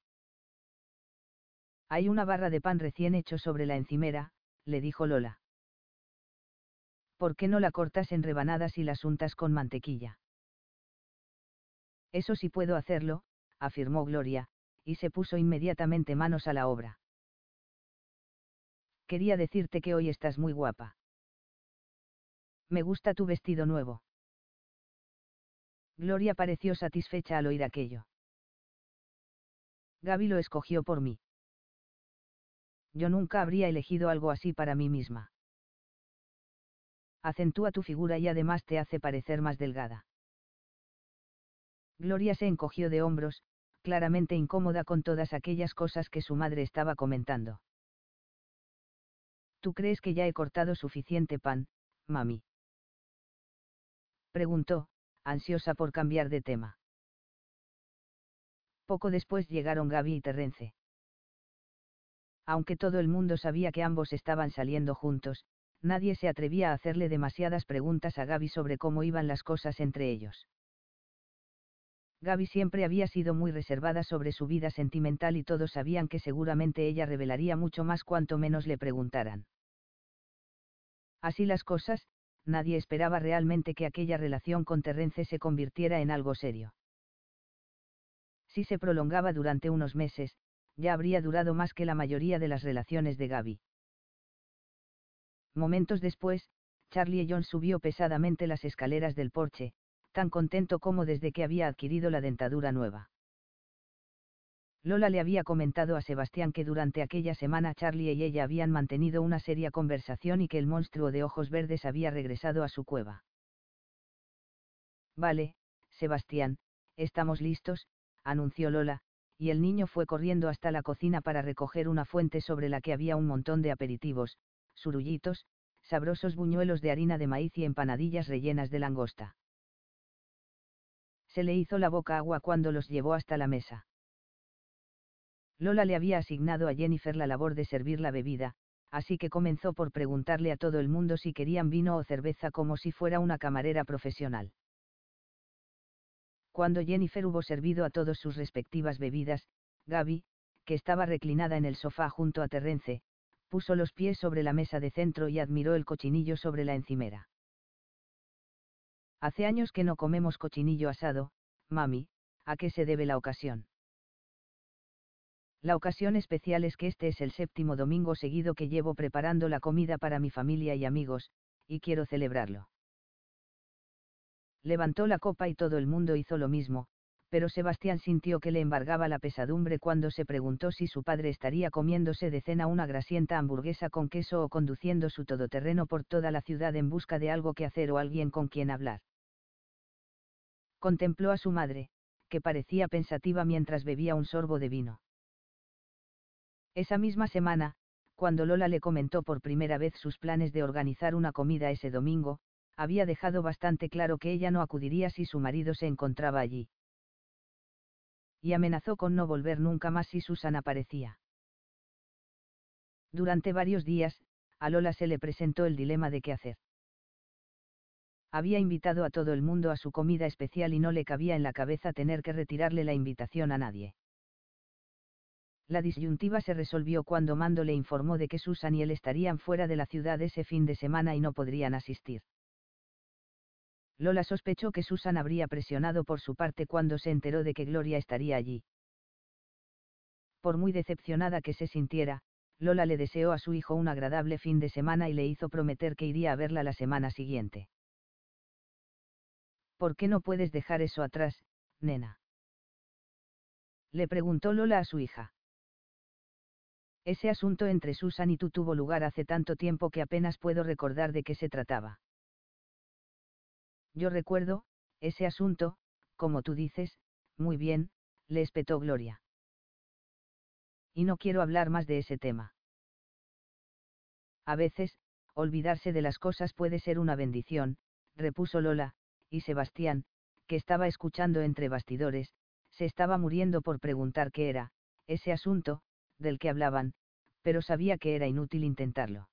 Hay una barra de pan recién hecho sobre la encimera, le dijo Lola. ¿Por qué no la cortas en rebanadas y las untas con mantequilla? Eso sí puedo hacerlo, afirmó Gloria, y se puso inmediatamente manos a la obra. Quería decirte que hoy estás muy guapa. Me gusta tu vestido nuevo. Gloria pareció satisfecha al oír aquello. Gaby lo escogió por mí. Yo nunca habría elegido algo así para mí misma. Acentúa tu figura y además te hace parecer más delgada. Gloria se encogió de hombros, claramente incómoda con todas aquellas cosas que su madre estaba comentando. ¿Tú crees que ya he cortado suficiente pan, mami? Preguntó, ansiosa por cambiar de tema. Poco después llegaron Gaby y Terrence. Aunque todo el mundo sabía que ambos estaban saliendo juntos, nadie se atrevía a hacerle demasiadas preguntas a Gaby sobre cómo iban las cosas entre ellos. Gaby siempre había sido muy reservada sobre su vida sentimental y todos sabían que seguramente ella revelaría mucho más cuanto menos le preguntaran. Así las cosas, nadie esperaba realmente que aquella relación con Terrence se convirtiera en algo serio. Si se prolongaba durante unos meses, ya habría durado más que la mayoría de las relaciones de Gaby. Momentos después, Charlie John subió pesadamente las escaleras del porche, tan contento como desde que había adquirido la dentadura nueva. Lola le había comentado a Sebastián que durante aquella semana Charlie y ella habían mantenido una seria conversación y que el monstruo de ojos verdes había regresado a su cueva. Vale, Sebastián, estamos listos, anunció Lola, y el niño fue corriendo hasta la cocina para recoger una fuente sobre la que había un montón de aperitivos, surullitos, sabrosos buñuelos de harina de maíz y empanadillas rellenas de langosta. Se le hizo la boca agua cuando los llevó hasta la mesa. Lola le había asignado a Jennifer la labor de servir la bebida, así que comenzó por preguntarle a todo el mundo si querían vino o cerveza como si fuera una camarera profesional. Cuando Jennifer hubo servido a todos sus respectivas bebidas, Gaby, que estaba reclinada en el sofá junto a Terrence, puso los pies sobre la mesa de centro y admiró el cochinillo sobre la encimera. Hace años que no comemos cochinillo asado, mami, ¿a qué se debe la ocasión? La ocasión especial es que este es el 7º domingo seguido que llevo preparando la comida para mi familia y amigos, y quiero celebrarlo. Levantó la copa y todo el mundo hizo lo mismo, pero Sebastián sintió que le embargaba la pesadumbre cuando se preguntó si su padre estaría comiéndose de cena una grasienta hamburguesa con queso o conduciendo su todoterreno por toda la ciudad en busca de algo que hacer o alguien con quien hablar. Contempló a su madre, que parecía pensativa mientras bebía un sorbo de vino. Esa misma semana, cuando Lola le comentó por primera vez sus planes de organizar una comida ese domingo, había dejado bastante claro que ella no acudiría si su marido se encontraba allí. Y amenazó con no volver nunca más si Susan aparecía. Durante varios días, a Lola se le presentó el dilema de qué hacer. Había invitado a todo el mundo a su comida especial y no le cabía en la cabeza tener que retirarle la invitación a nadie. La disyuntiva se resolvió cuando Mando le informó de que Susan y él estarían fuera de la ciudad ese fin de semana y no podrían asistir. Lola sospechó que Susan habría presionado por su parte cuando se enteró de que Gloria estaría allí. Por muy decepcionada que se sintiera, Lola le deseó a su hijo un agradable fin de semana y le hizo prometer que iría a verla la semana siguiente. ¿Por qué no puedes dejar eso atrás, nena? Le preguntó Lola a su hija. Ese asunto entre Susan y tú tuvo lugar hace tanto tiempo que apenas puedo recordar de qué se trataba. Yo recuerdo, ese asunto, como tú dices, muy bien, le espetó Gloria. Y no quiero hablar más de ese tema. A veces, olvidarse de las cosas puede ser una bendición, repuso Lola, y Sebastián, que estaba escuchando entre bastidores, se estaba muriendo por preguntar qué era, ese asunto, del que hablaban, pero sabía que era inútil intentarlo.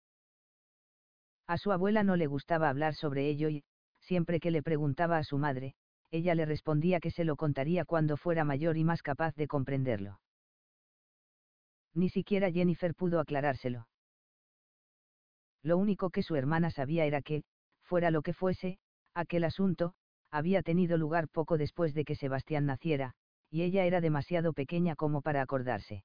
A su abuela no le gustaba hablar sobre ello y, siempre que le preguntaba a su madre, ella le respondía que se lo contaría cuando fuera mayor y más capaz de comprenderlo. Ni siquiera Jennifer pudo aclarárselo. Lo único que su hermana sabía era que, fuera lo que fuese, aquel asunto, había tenido lugar poco después de que Sebastián naciera, y ella era demasiado pequeña como para acordarse.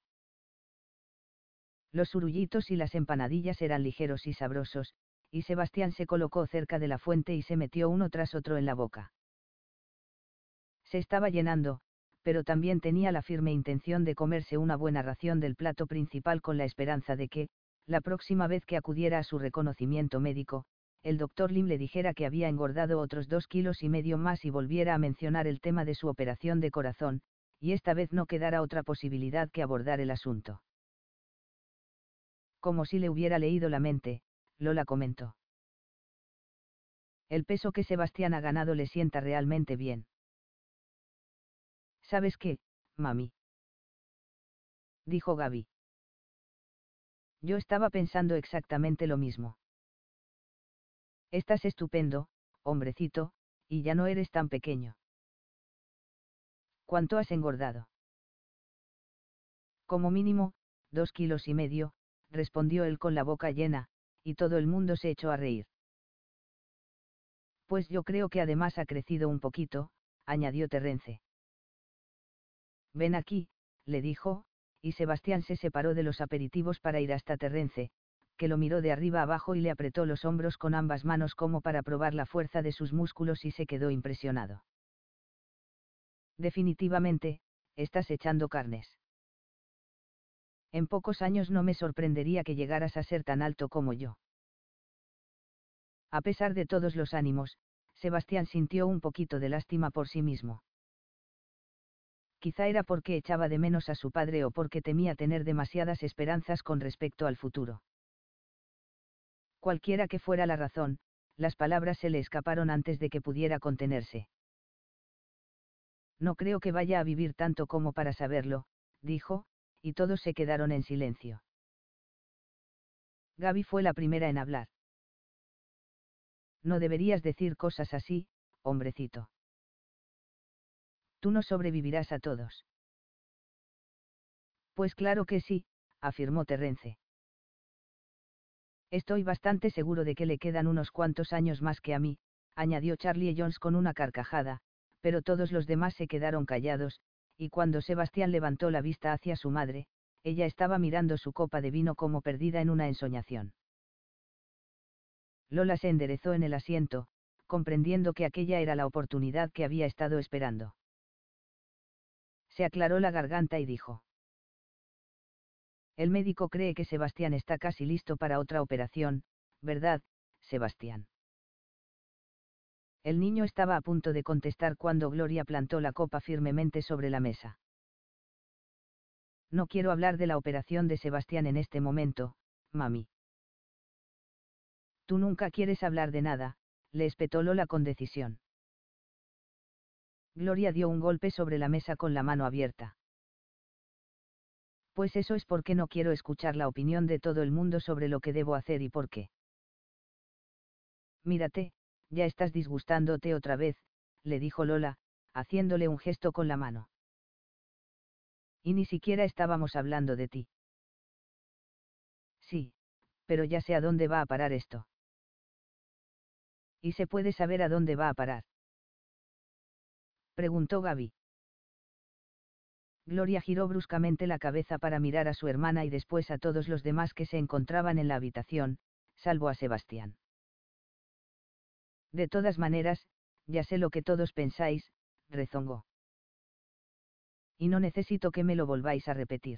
Los surullitos y las empanadillas eran ligeros y sabrosos, y Sebastián se colocó cerca de la fuente y se metió uno tras otro en la boca. Se estaba llenando, pero también tenía la firme intención de comerse una buena ración del plato principal con la esperanza de que, la próxima vez que acudiera a su reconocimiento médico, el doctor Lim le dijera que había engordado otros 2,5 kilos más y volviera a mencionar el tema de su operación de corazón, y esta vez no quedara otra posibilidad que abordar el asunto. Como si le hubiera leído la mente, Lola comentó. El peso que Sebastián ha ganado le sienta realmente bien. ¿Sabes qué, mami?, dijo Gaby. Yo estaba pensando exactamente lo mismo. Estás estupendo, hombrecito, y ya no eres tan pequeño. ¿Cuánto has engordado? Como mínimo, 2,5 kilos, respondió él con la boca llena, y todo el mundo se echó a reír. Pues yo creo que además ha crecido un poquito, añadió Terrence. Ven aquí, le dijo, y Sebastián se separó de los aperitivos para ir hasta Terrence, que lo miró de arriba abajo y le apretó los hombros con ambas manos como para probar la fuerza de sus músculos y se quedó impresionado. Definitivamente, estás echando carnes. En pocos años no me sorprendería que llegaras a ser tan alto como yo. A pesar de todos los ánimos, Sebastián sintió un poquito de lástima por sí mismo. Quizá era porque echaba de menos a su padre o porque temía tener demasiadas esperanzas con respecto al futuro. Cualquiera que fuera la razón, las palabras se le escaparon antes de que pudiera contenerse. No creo que vaya a vivir tanto como para saberlo, dijo, y todos se quedaron en silencio. Gaby fue la primera en hablar. No deberías decir cosas así, hombrecito. Tú no sobrevivirás a todos. Pues claro que sí, afirmó Terrence. Estoy bastante seguro de que le quedan unos cuantos años más que a mí, añadió Charlie Jones con una carcajada, pero todos los demás se quedaron callados, y cuando Sebastián levantó la vista hacia su madre, ella estaba mirando su copa de vino como perdida en una ensoñación. Lola se enderezó en el asiento, comprendiendo que aquella era la oportunidad que había estado esperando. Se aclaró la garganta y dijo: El médico cree que Sebastián está casi listo para otra operación, ¿verdad, Sebastián? El niño estaba a punto de contestar cuando Gloria plantó la copa firmemente sobre la mesa. No quiero hablar de la operación de Sebastián en este momento, mami. Tú nunca quieres hablar de nada, le espetó Lola con decisión. Gloria dio un golpe sobre la mesa con la mano abierta. Pues eso es porque no quiero escuchar la opinión de todo el mundo sobre lo que debo hacer y por qué. Mírate, ya estás disgustándote otra vez, le dijo Lola, haciéndole un gesto con la mano. Y ni siquiera estábamos hablando de ti. Sí, pero ya sé a dónde va a parar esto. ¿Y se puede saber a dónde va a parar?, preguntó Gaby. Gloria giró bruscamente la cabeza para mirar a su hermana y después a todos los demás que se encontraban en la habitación, salvo a Sebastián. De todas maneras, ya sé lo que todos pensáis, rezongó. Y no necesito que me lo volváis a repetir.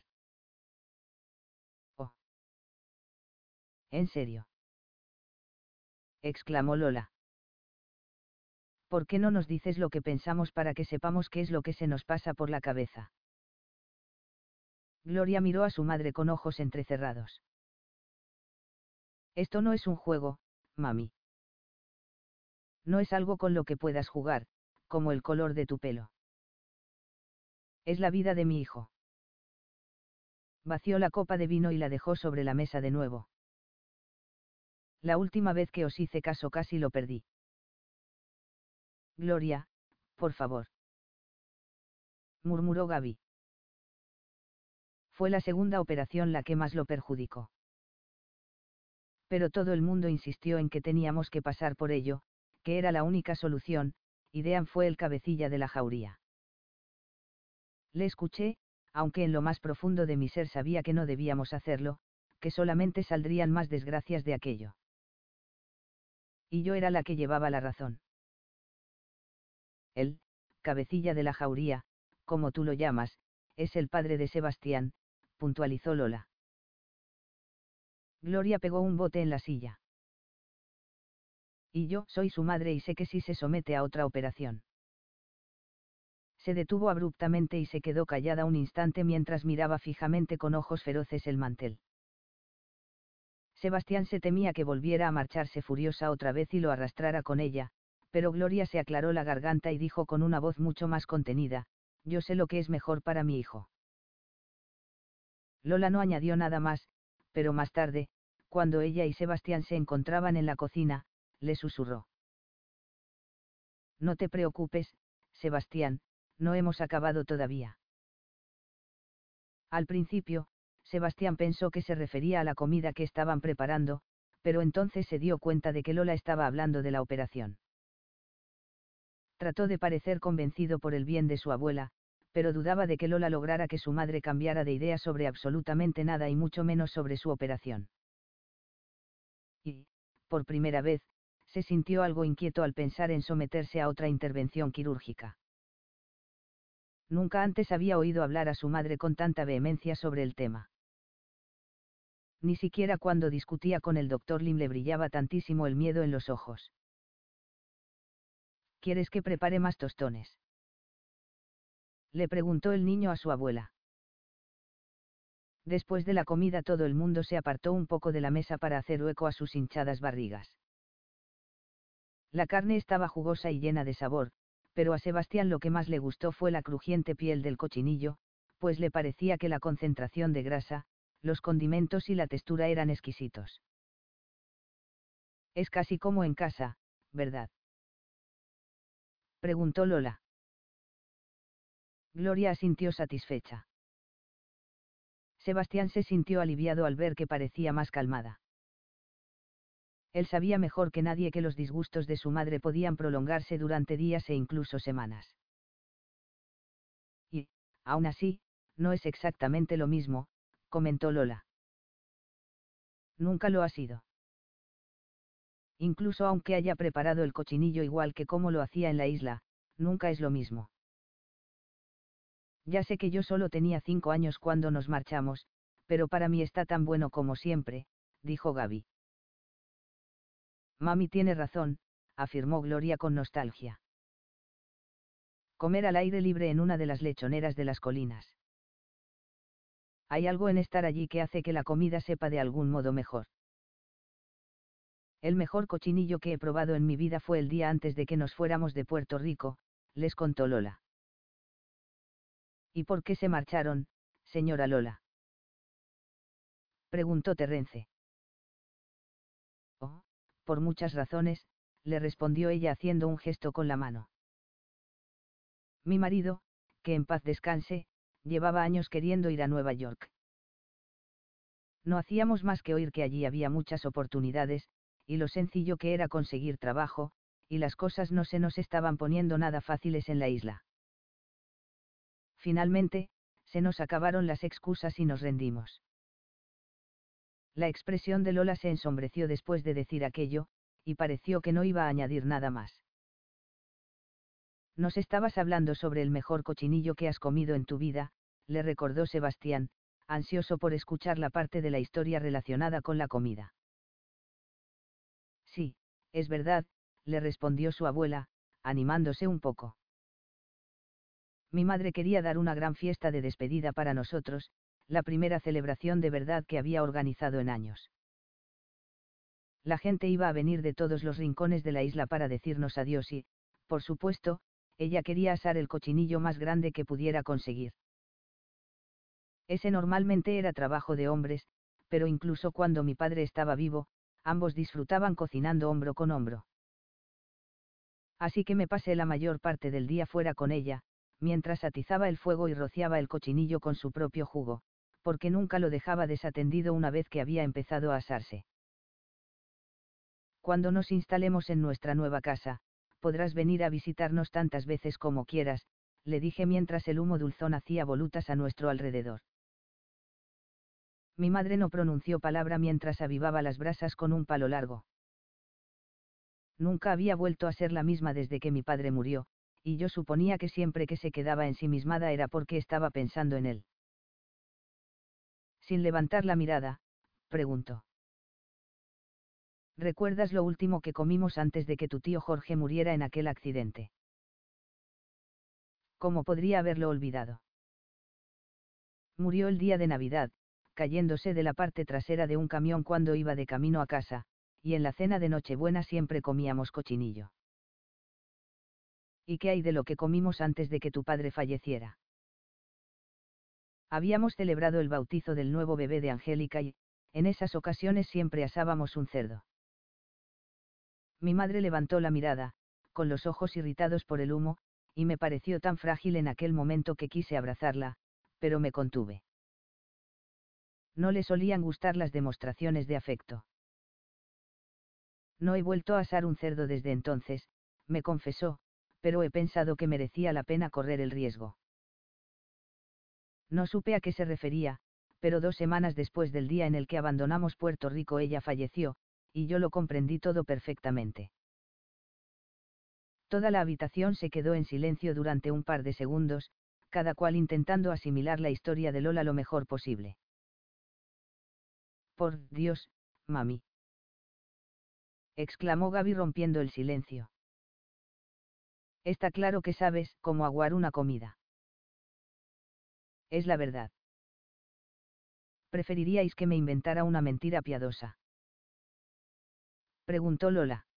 Oh. ¿En serio?, exclamó Lola. ¿Por qué no nos dices lo que pensamos para que sepamos qué es lo que se nos pasa por la cabeza? Gloria miró a su madre con ojos entrecerrados. Esto no es un juego, mami. No es algo con lo que puedas jugar, como el color de tu pelo. Es la vida de mi hijo. Vació la copa de vino y la dejó sobre la mesa de nuevo. La última vez que os hice caso casi lo perdí. Gloria, por favor. Murmuró Gaby. Fue la segunda operación la que más lo perjudicó. Pero todo el mundo insistió en que teníamos que pasar por ello, que era la única solución, y Dean fue el cabecilla de la jauría. Le escuché, aunque en lo más profundo de mi ser sabía que no debíamos hacerlo, que solamente saldrían más desgracias de aquello. Y yo era la que llevaba la razón. Él, cabecilla de la jauría, como tú lo llamas, es el padre de Sebastián, puntualizó Lola. Gloria pegó un bote en la silla. Y yo soy su madre y sé que si se somete a otra operación. Se detuvo abruptamente y se quedó callada un instante mientras miraba fijamente con ojos feroces el mantel. Sebastián se temía que volviera a marcharse furiosa otra vez y lo arrastrara con ella, pero Gloria se aclaró la garganta y dijo con una voz mucho más contenida, yo sé lo que es mejor para mi hijo. Lola no añadió nada más, pero más tarde, cuando ella y Sebastián se encontraban en la cocina, le susurró. No te preocupes, Sebastián, no hemos acabado todavía. Al principio, Sebastián pensó que se refería a la comida que estaban preparando, pero entonces se dio cuenta de que Lola estaba hablando de la operación. Trató de parecer convencido por el bien de su abuela, pero dudaba de que Lola lograra que su madre cambiara de idea sobre absolutamente nada y mucho menos sobre su operación. Y, por primera vez, se sintió algo inquieto al pensar en someterse a otra intervención quirúrgica. Nunca antes había oído hablar a su madre con tanta vehemencia sobre el tema. Ni siquiera cuando discutía con el doctor Lim le brillaba tantísimo el miedo en los ojos. ¿Quieres que prepare más tostones?, le preguntó el niño a su abuela. Después de la comida todo el mundo se apartó un poco de la mesa para hacer hueco a sus hinchadas barrigas. La carne estaba jugosa y llena de sabor, pero a Sebastián lo que más le gustó fue la crujiente piel del cochinillo, pues le parecía que la concentración de grasa, los condimentos y la textura eran exquisitos. Es casi como en casa, ¿verdad?, preguntó Lola. Gloria asintió satisfecha. Sebastián se sintió aliviado al ver que parecía más calmada. Él sabía mejor que nadie que los disgustos de su madre podían prolongarse durante días e incluso semanas. Y, aún así, no es exactamente lo mismo, comentó Lola. Nunca lo ha sido. Incluso aunque haya preparado el cochinillo igual que como lo hacía en la isla, nunca es lo mismo. Ya sé que yo solo tenía 5 años cuando nos marchamos, pero para mí está tan bueno como siempre, dijo Gaby. Mami tiene razón, afirmó Gloria con nostalgia. Comer al aire libre en una de las lechoneras de las colinas. Hay algo en estar allí que hace que la comida sepa de algún modo mejor. El mejor cochinillo que he probado en mi vida fue el día antes de que nos fuéramos de Puerto Rico, les contó Lola. ¿Y por qué se marcharon, señora Lola?, preguntó Terrence. Oh, por muchas razones, le respondió ella haciendo un gesto con la mano. Mi marido, que en paz descanse, llevaba años queriendo ir a Nueva York. No hacíamos más que oír que allí había muchas oportunidades, y lo sencillo que era conseguir trabajo, y las cosas no se nos estaban poniendo nada fáciles en la isla. Finalmente, se nos acabaron las excusas y nos rendimos. La expresión de Lola se ensombreció después de decir aquello, y pareció que no iba a añadir nada más. Nos estabas hablando sobre el mejor cochinillo que has comido en tu vida, le recordó Sebastián, ansioso por escuchar la parte de la historia relacionada con la comida. Sí, es verdad, le respondió su abuela, animándose un poco. Mi madre quería dar una gran fiesta de despedida para nosotros, la primera celebración de verdad que había organizado en años. La gente iba a venir de todos los rincones de la isla para decirnos adiós y, por supuesto, ella quería asar el cochinillo más grande que pudiera conseguir. Ese normalmente era trabajo de hombres, pero incluso cuando mi padre estaba vivo, ambos disfrutaban cocinando hombro con hombro. Así que me pasé la mayor parte del día fuera con ella, mientras atizaba el fuego y rociaba el cochinillo con su propio jugo, porque nunca lo dejaba desatendido una vez que había empezado a asarse. Cuando nos instalemos en nuestra nueva casa, podrás venir a visitarnos tantas veces como quieras, le dije mientras el humo dulzón hacía volutas a nuestro alrededor. Mi madre no pronunció palabra mientras avivaba las brasas con un palo largo. Nunca había vuelto a ser la misma desde que mi padre murió, y yo suponía que siempre que se quedaba ensimismada era porque estaba pensando en él. Sin levantar la mirada, preguntó. ¿Recuerdas lo último que comimos antes de que tu tío Jorge muriera en aquel accidente? ¿Cómo podría haberlo olvidado? Murió el día de Navidad, cayéndose de la parte trasera de un camión cuando iba de camino a casa, y en la cena de Nochebuena siempre comíamos cochinillo. ¿Y qué hay de lo que comimos antes de que tu padre falleciera? Habíamos celebrado el bautizo del nuevo bebé de Angélica y, en esas ocasiones siempre asábamos un cerdo. Mi madre levantó la mirada, con los ojos irritados por el humo, y me pareció tan frágil en aquel momento que quise abrazarla, pero me contuve. No le solían gustar las demostraciones de afecto. No he vuelto a asar un cerdo desde entonces, me confesó, pero he pensado que merecía la pena correr el riesgo. No supe a qué se refería, pero 2 semanas después del día en el que abandonamos Puerto Rico ella falleció, y yo lo comprendí todo perfectamente. Toda la habitación se quedó en silencio durante un par de segundos, cada cual intentando asimilar la historia de Lola lo mejor posible. Por Dios, mami, exclamó Gaby rompiendo el silencio. Está claro que sabes cómo aguar una comida. Es la verdad. ¿Preferiríais que me inventara una mentira piadosa? Preguntó Lola.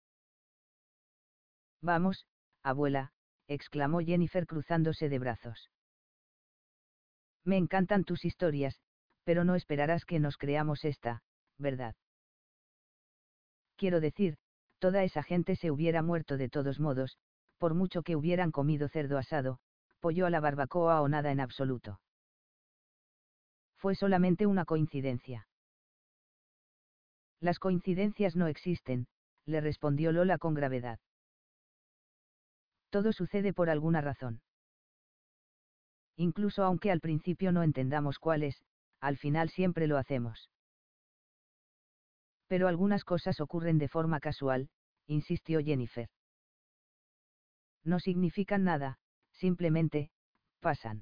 Vamos, abuela, exclamó Jennifer cruzándose de brazos. Me encantan tus historias, pero no esperarás que nos creamos esta, ¿verdad? Quiero decir, toda esa gente se hubiera muerto de todos modos, por mucho que hubieran comido cerdo asado, pollo a la barbacoa o nada en absoluto. Fue solamente una coincidencia. Las coincidencias no existen, le respondió Lola con gravedad. Todo sucede por alguna razón. Incluso aunque al principio no entendamos cuál es, al final siempre lo hacemos. Pero algunas cosas ocurren de forma casual, insistió Jennifer. No significan nada, simplemente, pasan.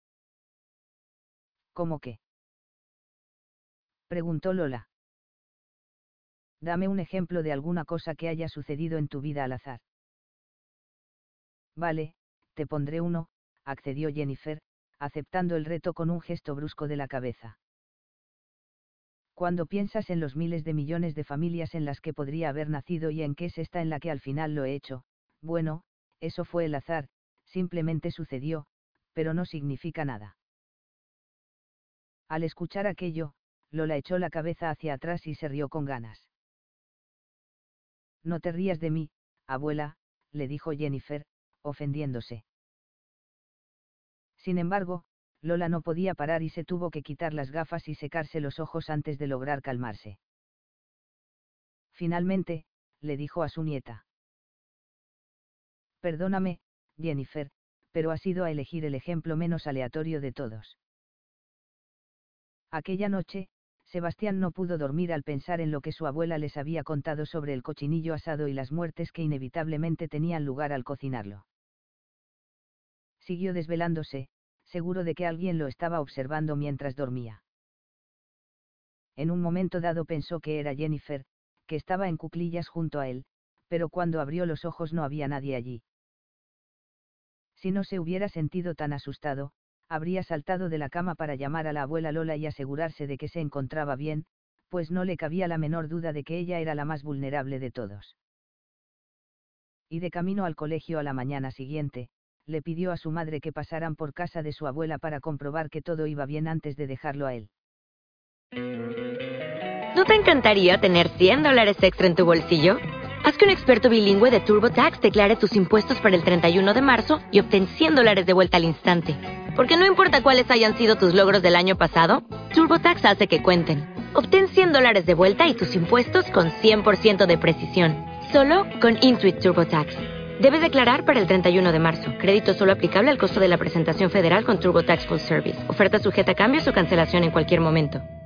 ¿Cómo qué? Preguntó Lola. Dame un ejemplo de alguna cosa que haya sucedido en tu vida al azar. Vale, te pondré uno, accedió Jennifer, aceptando el reto con un gesto brusco de la cabeza. Cuando piensas en los miles de millones de familias en las que podría haber nacido y en qué es esta en la que al final lo he hecho, bueno, eso fue el azar, simplemente sucedió, pero no significa nada. Al escuchar aquello, Lola echó la cabeza hacia atrás y se rió con ganas. No te rías de mí, abuela, le dijo Jennifer, ofendiéndose. Sin embargo, Lola no podía parar y se tuvo que quitar las gafas y secarse los ojos antes de lograr calmarse. Finalmente, le dijo a su nieta. Perdóname, Jennifer, pero has ido a elegir el ejemplo menos aleatorio de todos. Aquella noche, Sebastián no pudo dormir al pensar en lo que su abuela les había contado sobre el cochinillo asado y las muertes que inevitablemente tenían lugar al cocinarlo. Siguió desvelándose, seguro de que alguien lo estaba observando mientras dormía. En un momento dado pensó que era Jennifer, que estaba en cuclillas junto a él, pero cuando abrió los ojos no había nadie allí. Si no se hubiera sentido tan asustado, Habría saltado de la cama para llamar a la abuela Lola y asegurarse de que se encontraba bien, pues no le cabía la menor duda de que ella era la más vulnerable de todos. Y de camino al colegio a la mañana siguiente, le pidió a su madre que pasaran por casa de su abuela para comprobar que todo iba bien antes de dejarlo a él. ¿No te encantaría tener $100 extra en tu bolsillo? Haz que un experto bilingüe de TurboTax declare tus impuestos para el 31 de marzo y obtén $100 de vuelta al instante. Porque no importa cuáles hayan sido tus logros del año pasado, TurboTax hace que cuenten. Obtén $100 de vuelta y tus impuestos con 100% de precisión. Solo con Intuit TurboTax. Debes declarar para el 31 de marzo. Crédito solo aplicable al costo de la presentación federal con TurboTax Full Service. Oferta sujeta a cambios o cancelación en cualquier momento.